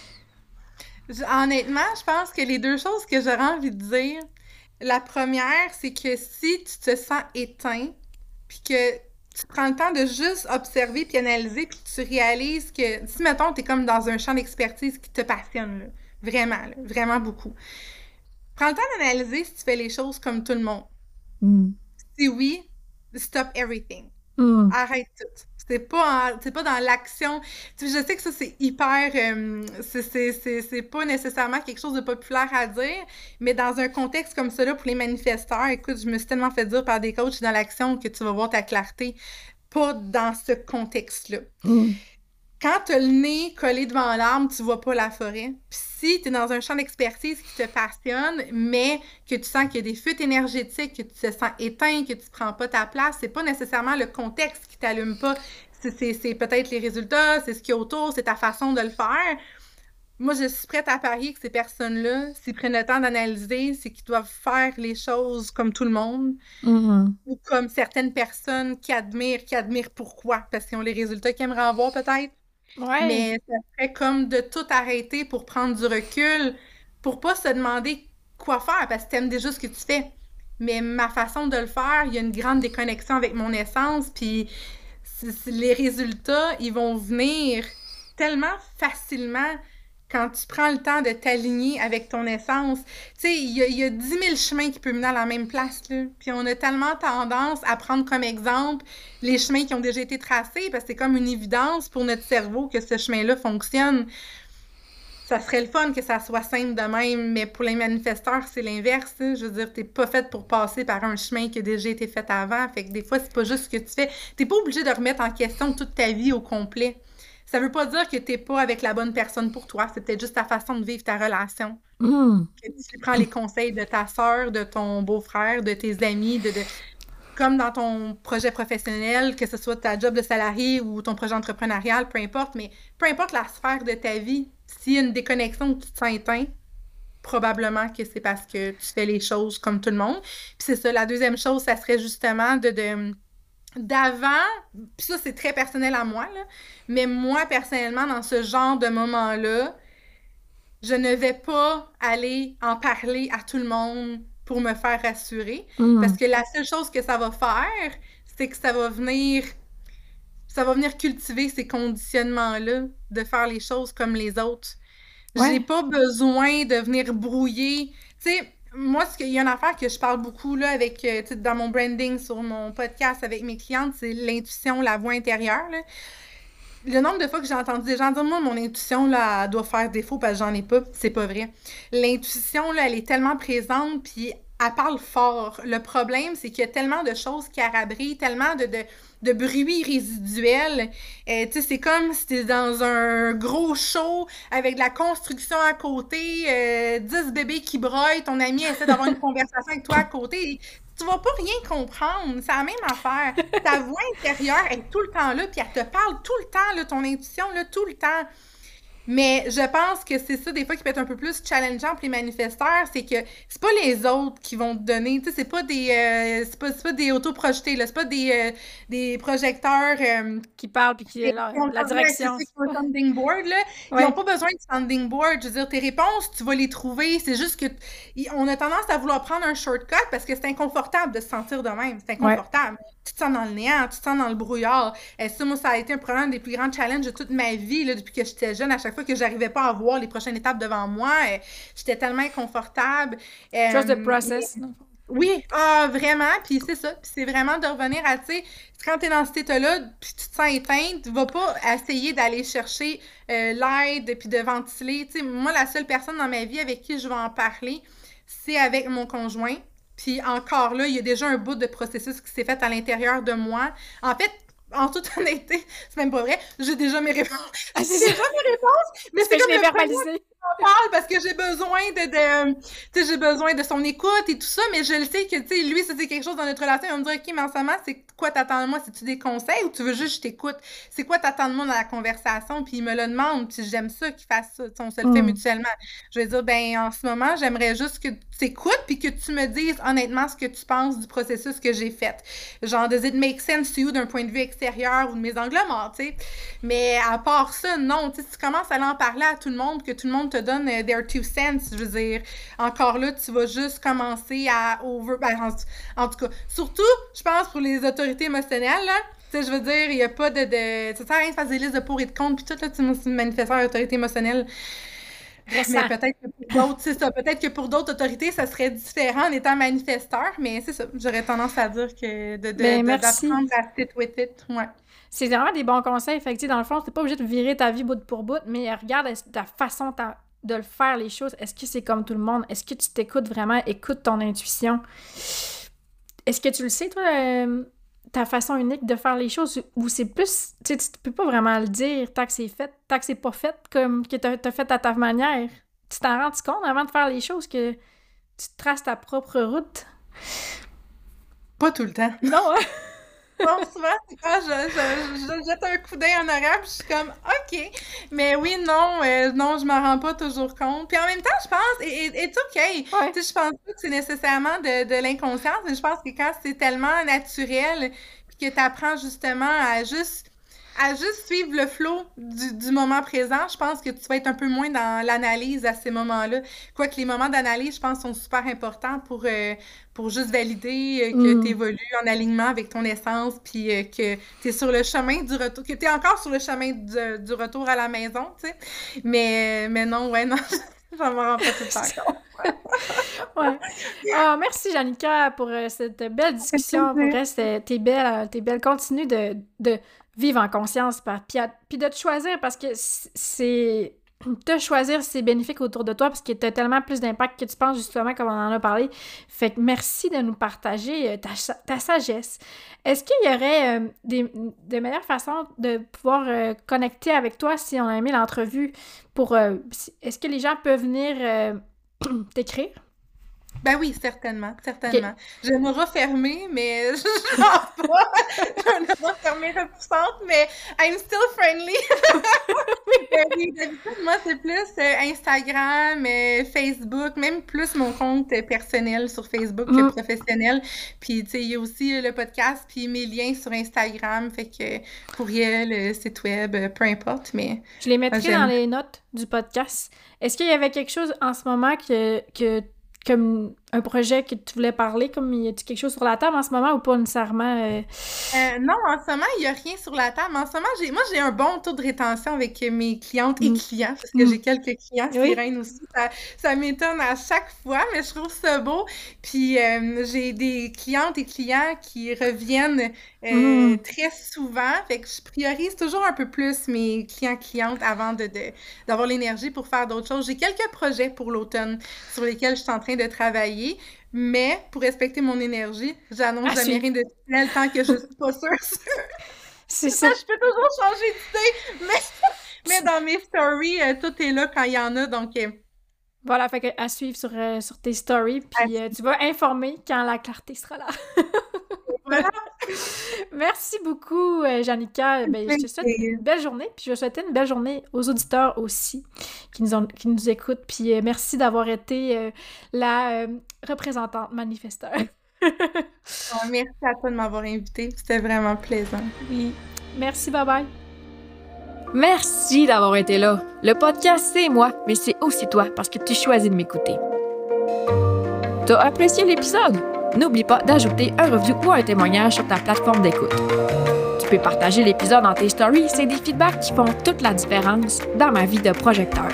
Je- Honnêtement, je pense que les deux choses que j'aurais envie de dire, la première, c'est que si tu te sens éteint, puis que tu prends le temps de juste observer puis analyser, puis que tu réalises que, si, mettons, t'es comme dans un champ d'expertise qui te passionne, là, vraiment, là, vraiment beaucoup, prends le temps d'analyser si tu fais les choses comme tout le monde. Mm. Si oui, stop everything. Mm. Arrête tout. C'est pas, en- c'est pas dans l'action. Tu sais, je sais que ça, c'est hyper... euh, c'est, c'est, c'est, c'est pas nécessairement quelque chose de populaire à dire, mais dans un contexte comme ça, là, pour les manifesteurs, écoute, je me suis tellement fait dire par des coachs dans l'action que tu vas voir ta clarté. Pas dans ce contexte-là. Mm. Quand tu as le nez collé devant l'arbre, tu vois pas la forêt. Puis si tu es dans un champ d'expertise qui te passionne, mais que tu sens qu'il y a des fuites énergétiques, que tu te sens éteint, que tu prends pas ta place, c'est pas nécessairement le contexte qui t'allume pas. C'est, c'est, c'est peut-être les résultats, c'est ce qu'il y a autour, c'est ta façon de le faire. Moi, je suis prête à parier que ces personnes-là, s'ils prennent le temps d'analyser, c'est qu'ils doivent faire les choses comme tout le monde, Mm. ou comme certaines personnes qui admirent, qui admirent pourquoi? Parce qu'ils ont les résultats qu'ils aimeraient avoir peut-être. Ouais. Mais ça serait comme de tout arrêter pour prendre du recul, pour pas se demander quoi faire, parce que t'aimes déjà ce que tu fais. Mais ma façon de le faire, il y a une grande déconnexion avec mon essence, puis c- c- les résultats, ils vont venir tellement facilement quand tu prends le temps de t'aligner avec ton essence. Tu sais, il y a, il y a dix mille chemins qui peuvent mener à la même place, là. Puis on a tellement tendance à prendre comme exemple les chemins qui ont déjà été tracés, parce que c'est comme une évidence pour notre cerveau que ce chemin-là fonctionne. Ça serait le fun que ça soit simple de même, mais pour les manifesteurs, c'est l'inverse, là. Je veux dire, t'es pas faite pour passer par un chemin qui a déjà été fait avant. Fait que des fois, c'est pas juste ce que tu fais. T'es pas obligé de remettre en question toute ta vie au complet. Ça veut pas dire que t'es pas avec la bonne personne pour toi, c'est peut-être juste ta façon de vivre ta relation. Mm. Que tu prends les conseils de ta sœur, de ton beau-frère, de tes amis, de, de... comme dans ton projet professionnel, que ce soit ta job de salarié ou ton projet entrepreneurial, peu importe, mais peu importe la sphère de ta vie, s'il y a une déconnexion où tu te sens éteint, probablement que c'est parce que tu fais les choses comme tout le monde. Puis c'est ça, la deuxième chose, ça serait justement de... de d'avant, puis ça c'est très personnel à moi, là, mais moi personnellement, dans ce genre de moment-là, je ne vais pas aller en parler à tout le monde pour me faire rassurer, Mm. parce que la seule chose que ça va faire, c'est que ça va venir, ça va venir cultiver ces conditionnements-là de faire les choses comme les autres. Ouais. J'ai pas besoin de venir brouiller. Tu sais, moi, ce qu'il y a une affaire que je parle beaucoup là, avec, euh, tu sais, dans mon branding sur mon podcast avec mes clientes, c'est l'intuition, la voix intérieure. Là. Le nombre de fois que j'ai entendu des gens dire, moi, mon intuition, là, elle doit faire défaut parce que j'en ai pas. C'est pas vrai. L'intuition, là, elle est tellement présente, puis elle parle fort. Le problème, c'est qu'il y a tellement de choses qui arabrient, tellement de, de, de bruit résiduel. Euh, tu sais, c'est comme si t'es dans un gros show avec de la construction à côté, euh, dix bébés qui broient, ton ami essaie d'avoir une conversation avec toi à côté. Tu vas pas rien comprendre. C'est la même affaire. Ta voix intérieure est tout le temps là, puis elle te parle tout le temps, là, ton intuition, là, tout le temps. Mais je pense que c'est ça, des fois, qui peut être un peu plus challengeant pour les manifesteurs, c'est que c'est pas les autres qui vont te donner, tu sais, c'est pas des euh, c'est pas, c'est pas des autoprojetés, là, c'est pas des, euh, des projecteurs euh, Qui parle puis qui est là, qui ont la le direction. un sounding board, là. Ils Ouais. n'ont pas besoin de sounding board. Je veux dire, tes réponses, tu vas les trouver. C'est juste que t- on a tendance à vouloir prendre un shortcut parce que c'est inconfortable de se sentir de même. C'est inconfortable. Tu te sens dans le néant, tu te sens dans le brouillard. Et ça, moi, ça a été un problème des plus grands challenges de toute ma vie, là, depuis que j'étais jeune. À chaque fois que j'arrivais pas à voir les prochaines étapes devant moi, euh, j'étais tellement inconfortable. Euh, Trust the process. Oui, ah, vraiment, puis c'est ça, puis c'est vraiment de revenir à, tu sais, quand t'es dans cet état-là, puis tu te sens éteinte, tu vas pas essayer d'aller chercher euh, l'aide, puis de ventiler, tu sais, moi, la seule personne dans ma vie avec qui je vais en parler, c'est avec mon conjoint, puis encore là, il y a déjà un bout de processus qui s'est fait à l'intérieur de moi. En fait, en toute honnêteté, c'est même pas vrai, j'ai déjà mes réponses, j'ai déjà mes réponses, mais c'est que comme je l'ai le verbalisé. parle parce que j'ai besoin de, de tu sais, j'ai besoin de son écoute et tout ça, mais je le sais que, tu sais, lui, si c'est quelque chose dans notre relation, il va me dire, OK, mais en ce moment, c'est quoi t'attends de moi? C'est-tu des conseils ou tu veux juste que je t'écoute? C'est quoi t'attends de moi dans la conversation? Puis il me le demande, puis j'aime ça qu'il fasse ça, on se le fait Mm. mutuellement. Je vais dire, ben, en ce moment, j'aimerais juste que tu t'écoutes puis que tu me dises honnêtement ce que tu penses du processus que j'ai fait. Genre, does it make sense to you d'un point de vue extérieur ou de mes angles morts, tu sais? Mais à part ça, non, tu sais, si tu commences à aller en parler à tout le monde, que tout le monde te donne uh, their two cents, je veux dire, encore là, tu vas juste commencer à over... Ben, en, en tout cas, surtout, je pense, pour les autorités émotionnelles, là, tu sais, je veux dire, il n'y a pas de... de... Ça sert à rien de faire des listes de pour et de contre, puis tout, là, tu sais, c'est une manifestation d'autorité émotionnelle. Récent. Mais peut-être que pour d'autres, c'est ça, peut-être que pour d'autres autorités, ça serait différent en étant manifesteur, mais c'est ça, j'aurais tendance à dire que de, de, Ben, de- merci. d'apprendre à sit with it, ouais. C'est vraiment des bons conseils. Fait que, tu sais, dans le fond, t'es pas obligé de virer ta vie bout pour bout, mais regarde est-ce- ta façon ta- de le faire, les choses. Est-ce que c'est comme tout le monde? Est-ce que tu t'écoutes vraiment? Écoute ton intuition. Est-ce que tu le sais, toi, euh, ta façon unique de faire les choses? Ou c'est plus... Tu sais, tu peux pas vraiment le dire tant que c'est fait, tant que c'est pas fait, comme que t'as, t'as fait à ta manière. Tu t'en rends compte avant de faire les choses que tu traces ta propre route? Pas tout le temps. Non, hein? Bon, souvent, c'est quand je, je, je jette un coup d'œil en arrière, puis je suis comme, OK. Mais oui, non, euh, non, je m'en rends pas toujours compte. Puis en même temps, je pense, et et- it's OK. Ouais. Tu sais, je pense pas que c'est nécessairement de, de l'inconscience, mais je pense que quand c'est tellement naturel, puis que tu apprends justement à juste, à juste suivre le flow du, du moment présent, je pense que tu vas être un peu moins dans l'analyse à ces moments-là. Quoique les moments d'analyse, je pense, sont super importants pour, euh, pour juste valider euh, que Mm. tu évolues en alignement avec ton essence, puis euh, que tu es sur le chemin du retour, que tu es encore sur le chemin du, du retour à la maison, tu sais. Mais, mais non, ouais, non, je m'en rends pas tout le temps compte. Ouais. Ah, merci, Janica, pour euh, cette belle discussion. Pour vrai, c'était- t'es belle, euh, t'es belle. Continue de, de vivre en conscience, par- puis, à- puis de te choisir, parce que c- c'est... te choisir, c'est bénéfique autour de toi parce que tu as tellement plus d'impact que tu penses, justement, comme on en a parlé. Fait que merci de nous partager euh, ta, ta sagesse. Est-ce qu'il y aurait euh, des, des meilleures façons de pouvoir euh, connecter avec toi si on a aimé l'entrevue pour... Euh, est-ce que les gens peuvent venir euh, t'écrire? Ben oui, certainement, certainement. Okay. Je vais me refermer, mais je ne pense pas. Je vais me refermer repoussante, mais I'm still friendly. Oui, d'habitude, moi, c'est plus euh, Instagram, euh, Facebook, même plus mon compte personnel sur Facebook mm. que professionnel. Puis, tu sais, il y a aussi euh, le podcast, puis mes liens sur Instagram, fait que courriel, site web, peu importe, mais... Je les mettrai dans les notes du podcast. Est-ce qu'il y avait quelque chose en ce moment que... que comme un projet que tu voulais parler, comme y a-t-il quelque chose sur la table en ce moment ou pas nécessairement? Euh... Euh, non, en ce moment, il n'y a rien sur la table. En ce moment, j'ai, moi, j'ai un bon taux de rétention avec mes clientes et mm. clients, parce que mm. j'ai quelques clients oui. sirènes aussi. Ça, ça m'étonne à chaque fois, mais je trouve ça beau. Puis, euh, j'ai des clientes et clients qui reviennent euh, mm. très souvent. Fait que je priorise toujours un peu plus mes clients-clientes avant de, de, d'avoir l'énergie pour faire d'autres choses. J'ai quelques projets pour l'automne sur lesquels je suis en train de travailler. Mais pour respecter mon énergie, j'annonce ah, jamais rien de tel tant que je suis pas sûre. C'est ça. Je peux toujours changer d'idée, mais, mais dans mes stories, euh, tout est là quand il y en a, donc... Euh... Voilà, fait que à suivre sur, euh, sur tes stories, puis euh, tu vas informer quand la clarté sera là. Voilà. Merci beaucoup, euh, Janica. Ben, je te souhaite une belle journée, puis je vais souhaiter une belle journée aux auditeurs aussi qui nous, ont, qui nous écoutent. Puis euh, merci d'avoir été euh, la euh, représentante manifesteur. Oh, merci à toi de m'avoir invitée. C'était vraiment plaisant. Oui. Merci, bye-bye. Merci d'avoir été là. Le podcast, c'est moi, mais c'est aussi toi parce que tu choisis de m'écouter. T'as apprécié l'épisode? N'oublie pas d'ajouter un review ou un témoignage sur ta plateforme d'écoute. Tu peux partager l'épisode dans tes stories, c'est des feedbacks qui font toute la différence dans ma vie de projecteur.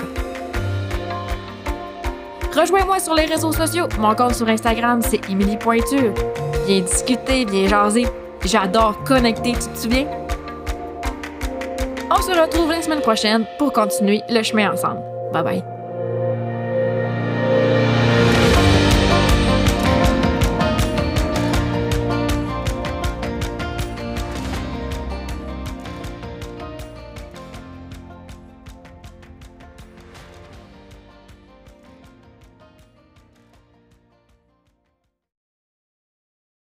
Rejoins-moi sur les réseaux sociaux. Mon compte sur Instagram, c'est Émilie Pointure. Viens discuter, viens jaser. J'adore connecter, tu te souviens? On se retrouve la semaine prochaine pour continuer le chemin ensemble. Bye bye.